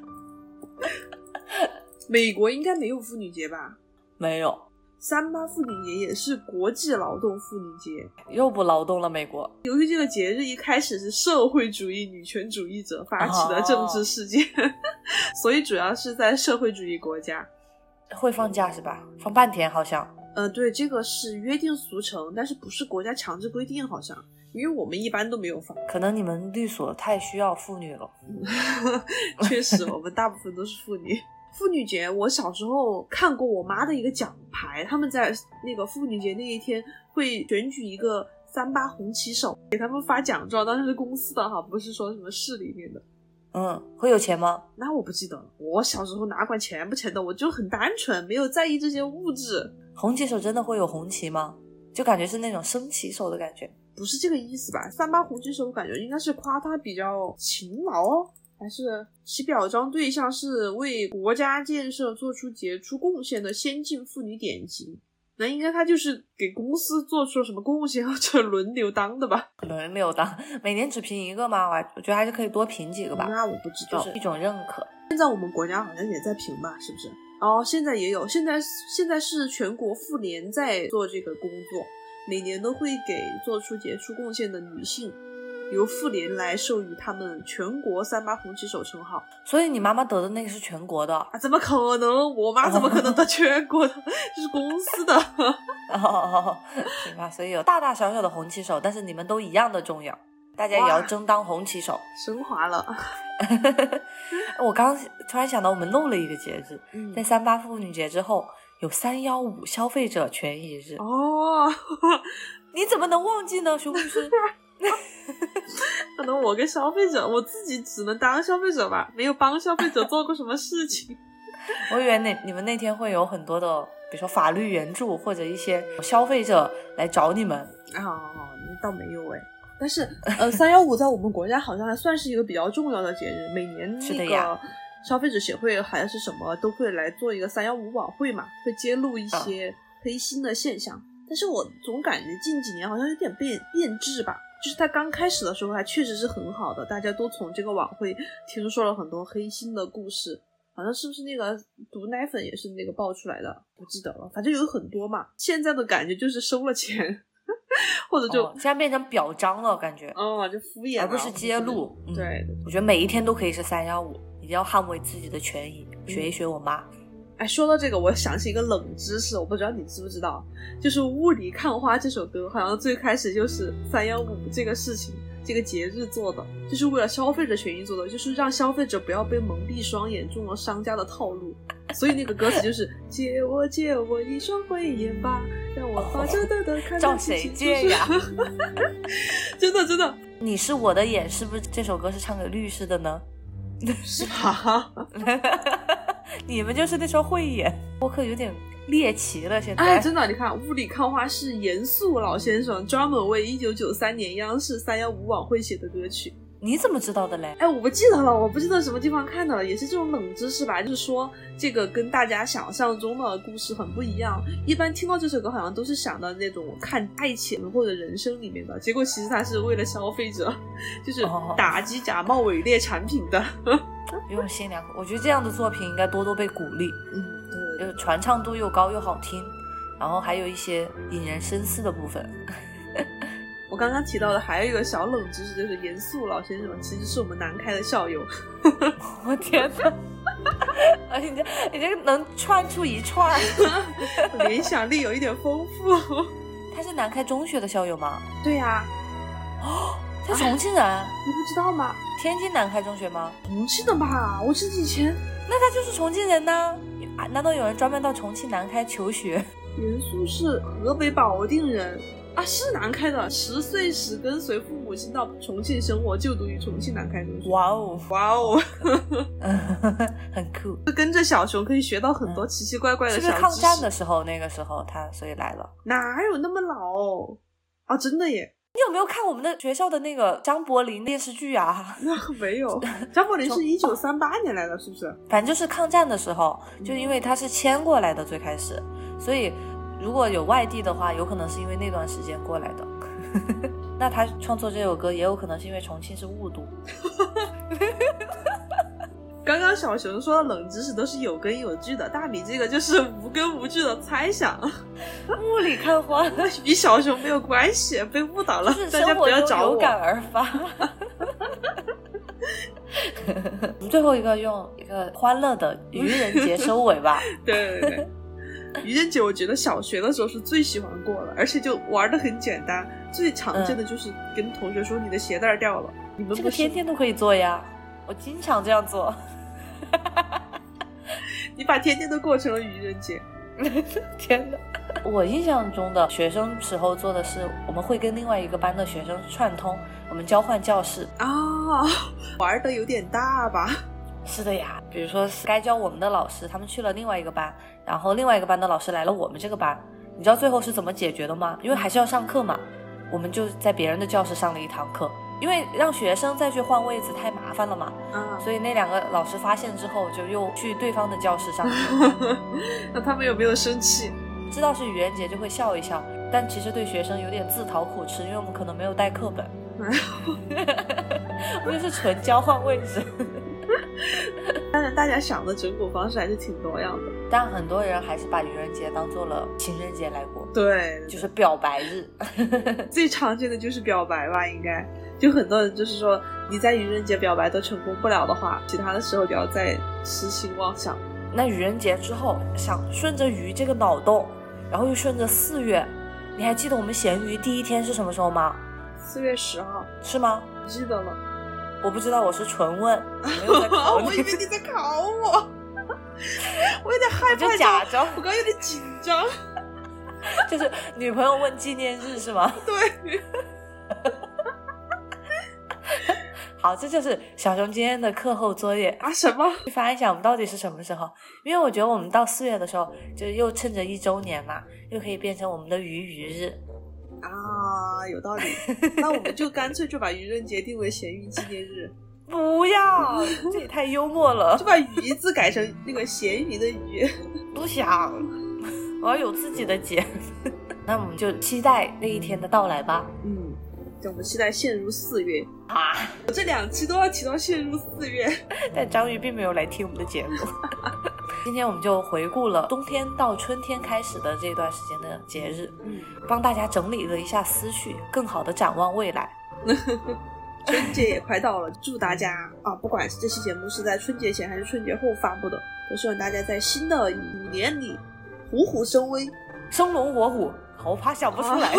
[SPEAKER 2] 美国应该没有妇女节吧？
[SPEAKER 3] 没有。
[SPEAKER 2] 38妇女节也是国际劳动妇女节，
[SPEAKER 3] 又不劳动了美国。
[SPEAKER 2] 由于这个节日一开始是社会主义女权主义者发起的政治事件，所以主要是在社会主义国家。
[SPEAKER 3] 会放假是吧？放半天好像。
[SPEAKER 2] 对，这个是约定俗成，但是不是国家强制规定好像，因为我们一般都没有放。
[SPEAKER 3] 可能你们律所太需要妇女了。
[SPEAKER 2] 确实，我们大部分都是妇女。妇女节我小时候看过我妈的一个奖牌，他们在那个妇女节那一天会选举一个38红旗手，给他们发奖状，当然是公司的哈，不是说什么市里面的。
[SPEAKER 3] 会有钱吗？
[SPEAKER 2] 那我不记得了，我小时候哪管钱不钱的，我就很单纯，没有在意这些物质。
[SPEAKER 3] 红旗手真的会有红旗吗？就感觉是那种升旗手的感觉。
[SPEAKER 2] 不是这个意思吧？38红旗手我感觉应该是夸他比较勤劳，还是其表彰对象是为国家建设做出杰出贡献的先进妇女典籍。那应该他就是给公司做出了什么贡献，或者轮流当的吧？
[SPEAKER 3] 轮流当，每年只评一个吗？我觉得还是可以多评几个吧。
[SPEAKER 2] 那我不知道，
[SPEAKER 3] 就是一种认可。
[SPEAKER 2] 现在我们国家好像也在评吧，是不是？现在也有，现在是全国妇联在做这个工作，每年都会给做出杰出贡献的女性由妇联来授予他们全国38红旗手称号。
[SPEAKER 3] 所以你妈妈得的那个是全国的
[SPEAKER 2] 啊？怎么可能？我妈怎么可能得全国的？这是公司的。
[SPEAKER 3] 行吧，所以有大大小小的红旗手，但是你们都一样的重要，大家也要争当红旗手。
[SPEAKER 2] 升华了。
[SPEAKER 3] 我刚突然想到我们漏了一个节日，在38妇女节之后有315消费者权益日。
[SPEAKER 2] 你
[SPEAKER 3] 怎么能忘记呢，熊律师？
[SPEAKER 2] 可能我跟消费者，我自己只能当消费者吧，没有帮消费者做过什么事情。
[SPEAKER 3] 我以为你们那天会有很多的，比如说法律援助或者一些消费者来找你们。
[SPEAKER 2] 那倒没有但是315在我们国家好像还算是一个比较重要的节日，每年那个消费者协会还是什么都会来做一个315晚会嘛，会揭露一些黑心的现象。但是我总感觉近几年好像有点变质吧，就是它刚开始的时候还确实是很好的，大家都从这个晚会听说了很多黑心的故事，好像是不是那个毒奶粉也是那个爆出来的，不记得了，反正有很多嘛。现在的感觉就是收了钱或者就
[SPEAKER 3] 现在变成表彰了感觉，
[SPEAKER 2] 就敷衍了，
[SPEAKER 3] 而不是揭露。
[SPEAKER 2] 对，
[SPEAKER 3] 我觉得每一天都可以是315，一定要捍卫自己的权益，学一学我妈。
[SPEAKER 2] 说到这个我想起一个冷知识，我不知道你知不知道，就是雾里看花这首歌好像最开始就是315这个事情这个节日做的，就是为了消费者权益做的，就是让消费者不要被蒙蔽双眼，中了商家的套路。所以那个歌词就是借我一双慧眼吧，让我发着的看
[SPEAKER 3] 找谁借呀
[SPEAKER 2] 真的
[SPEAKER 3] 你是我的眼，是不是这首歌是唱给律师的呢？
[SPEAKER 2] 是吧
[SPEAKER 3] 你们就是那双慧眼。播客有点猎奇了现在。
[SPEAKER 2] 真的，你看雾里看花是严肃老先生专门为1993年央视315晚会写的歌曲。
[SPEAKER 3] 你怎么知道的嘞？
[SPEAKER 2] 我不记得了，我不记得什么地方看的了，也是这种冷知识吧，就是说这个跟大家想象中的故事很不一样。一般听到这首歌好像都是想到那种看爱情或者人生里面的，结果其实它是为了消费者，就是打击假冒伪劣产品的。
[SPEAKER 3] 用心良苦，我觉得这样的作品应该多多被鼓励。就是传唱度又高又好听，然后还有一些引人深思的部分。
[SPEAKER 2] 我刚刚提到的还有一个小冷知识，就是严肃老先生其实是我们南开的校友。
[SPEAKER 3] 我天哪你这能串出一串
[SPEAKER 2] 联想力有一点丰富。
[SPEAKER 3] 他是南开中学的校友吗？
[SPEAKER 2] 对呀。
[SPEAKER 3] 他重庆人。
[SPEAKER 2] 你不知道吗？
[SPEAKER 3] 天津南开中学吗？
[SPEAKER 2] 重庆的吧，我记得以前。
[SPEAKER 3] 那他就是重庆人呢？难道有人专门到重庆南开求学？
[SPEAKER 2] 严肃是河北保定人是南开的，10岁时跟随父母亲到重庆生活，就读于重庆南开中学。
[SPEAKER 3] 哇哦很酷，
[SPEAKER 2] 跟着小熊可以学到很多奇奇怪怪的小知识。
[SPEAKER 3] 是不是抗战的时候，那个时候他所以来了？
[SPEAKER 2] 哪有那么老真的耶。
[SPEAKER 3] 你有没有看我们的学校的那个张柏林电视剧啊？
[SPEAKER 2] 那没有，张柏林是1938年来的，是不是？
[SPEAKER 3] 反正就是抗战的时候，就因为他是迁过来的最开始，所以如果有外地的话，有可能是因为那段时间过来的。那他创作这首歌也有可能是因为重庆是雾都。
[SPEAKER 2] 刚刚小熊说的冷知识都是有根有据的，大米这个就是无根无据的猜想。
[SPEAKER 3] 雾里看花
[SPEAKER 2] 与小熊没有关系，被误导了，大家不要找我。
[SPEAKER 3] 有感而发。我们最后一个用一个欢乐的愚人节收尾吧。
[SPEAKER 2] 对，愚人节我觉得小学的时候是最喜欢过的，而且就玩得很简单，最常见的就是跟同学说你的鞋带掉了。你们不是
[SPEAKER 3] 这个天天都可以做呀，我经常这样做。
[SPEAKER 2] 你把天天都过成了愚人节。
[SPEAKER 3] 天哪！我印象中的学生时候做的是，我们会跟另外一个班的学生串通，我们交换教室。
[SPEAKER 2] 玩的有点大吧？
[SPEAKER 3] 是的呀，比如说该教我们的老师他们去了另外一个班，然后另外一个班的老师来了我们这个班，你知道最后是怎么解决的吗？因为还是要上课嘛，我们就在别人的教室上了一堂课，因为让学生再去换位子太麻烦了嘛，所以那两个老师发现之后就又去对方的教室上课。
[SPEAKER 2] 那他们有没有生气？
[SPEAKER 3] 知道是愚人节就会笑一笑，但其实对学生有点自讨苦吃，因为我们可能没有带课本。我就是纯交换位置。
[SPEAKER 2] 当然大家想的整蛊方式还是挺多样的，
[SPEAKER 3] 但很多人还是把愚人节当做了情人节来过。
[SPEAKER 2] 对，
[SPEAKER 3] 就是表白日。
[SPEAKER 2] 最常见的就是表白吧，应该就很多人就是说你在愚人节表白都成功不了的话，其他的时候不要再痴心妄想。
[SPEAKER 3] 那愚人节之后想顺着鱼这个脑洞，然后又顺着4月，你还记得我们咸鱼第一天是什么时候吗
[SPEAKER 2] ？4月10号。
[SPEAKER 3] 是吗？
[SPEAKER 2] 不记得了。
[SPEAKER 3] 我不知道，我是纯问，没有在考你。
[SPEAKER 2] 我以为你在考我。我有点害怕，
[SPEAKER 3] 我就假装，
[SPEAKER 2] 我刚有点紧张。
[SPEAKER 3] 就是女朋友问纪念日是吗？
[SPEAKER 2] 对。
[SPEAKER 3] 好，这就是小熊今天的课后作业
[SPEAKER 2] 啊！什么？
[SPEAKER 3] 翻一下我们到底是什么时候？因为我觉得我们到4月的时候，就又趁着1周年嘛，又可以变成我们的鱼日
[SPEAKER 2] 啊，有道理。那我们就干脆就把愚人节定为咸鱼纪念日。
[SPEAKER 3] 不要，这也太幽默了。
[SPEAKER 2] 就把鱼字改成那个咸鱼的鱼。
[SPEAKER 3] 不想，我要有自己的节。那我们就期待那一天的到来吧。
[SPEAKER 2] 我们期待陷入4月
[SPEAKER 3] 啊！
[SPEAKER 2] 我这2期都要提到陷入4月，
[SPEAKER 3] 但章鱼并没有来听我们的节目。今天我们就回顾了冬天到春天开始的这段时间的节日，帮大家整理了一下思绪，更好的展望未来。
[SPEAKER 2] 春节也快到了，祝大家啊，不管是这期节目是在春节前还是春节后发布的，都希望大家在新的5年里虎虎生威，
[SPEAKER 3] 生龙活虎。我怕想不出来。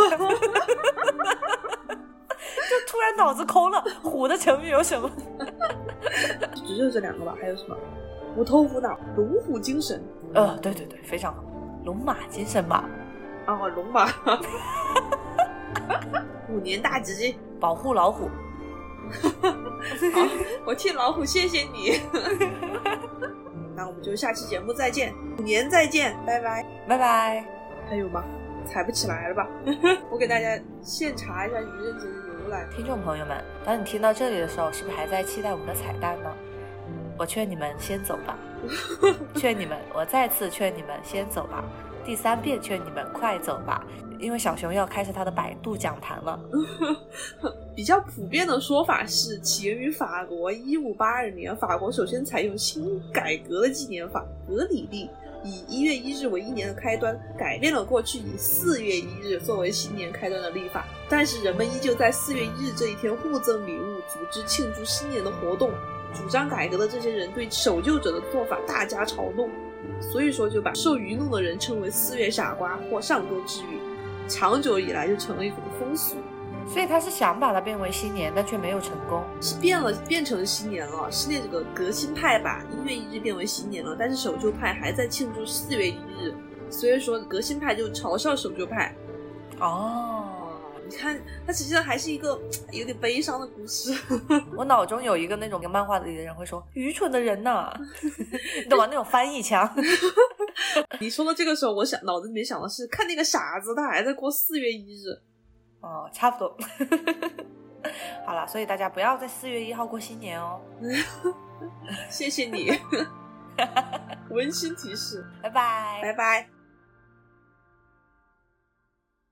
[SPEAKER 3] 就突然脑子空了。虎的成语有什么？
[SPEAKER 2] 只有这2个吧，还有什么？虎头虎脑，龙虎精神。
[SPEAKER 3] 对对对，非常好。龙马精神马。
[SPEAKER 2] 哦，龙马。5年大吉，
[SPEAKER 3] 保护老虎。
[SPEAKER 2] 好，我替老虎谢谢你。那我们就下期节目再见，5年再见，拜拜，
[SPEAKER 3] 拜拜。
[SPEAKER 2] 还有吗？踩不起来了吧？我给大家现查一下愚人节的由来。
[SPEAKER 3] 听众朋友们，当你听到这里的时候，是不是还在期待我们的彩蛋呢？我劝你们先走吧。劝你们，我再次劝你们先走吧。第3遍劝你们快走吧，因为小熊要开始他的百度讲坛了。
[SPEAKER 2] 比较普遍的说法是，起源于法国1582年，法国首先采用新改革的纪年法格里历，以1月1日为1年的开端，改变了过去以4月1日作为新年开端的历法。但是人们依旧在4月1日这一天互赠礼物，组织庆祝新年的活动。主张改革的这些人对守旧者的做法大加嘲弄，所以说就把受愚弄的人称为4月傻瓜或上钩之语，长久以来就成了一种风俗。
[SPEAKER 3] 所以他是想把它变为新年，但却没有成功。
[SPEAKER 2] 是变成新年了，是那个革新派把1月1日变为新年了，但是守旧派还在庆祝4月1日，所以说革新派就嘲笑守旧派。你看，它实际上还是一个有点悲伤的故事。
[SPEAKER 3] 我脑中有一个那种漫画里的人会说愚蠢的人呐，你懂吗？那种翻译腔。
[SPEAKER 2] 你说到这个时候，我脑子里面想的是看那个傻子他还在过4月1日。
[SPEAKER 3] 差不多。好了，所以大家不要在4月1号过新年哦。
[SPEAKER 2] 谢谢你。温馨提示。
[SPEAKER 3] 拜拜。
[SPEAKER 2] 拜拜。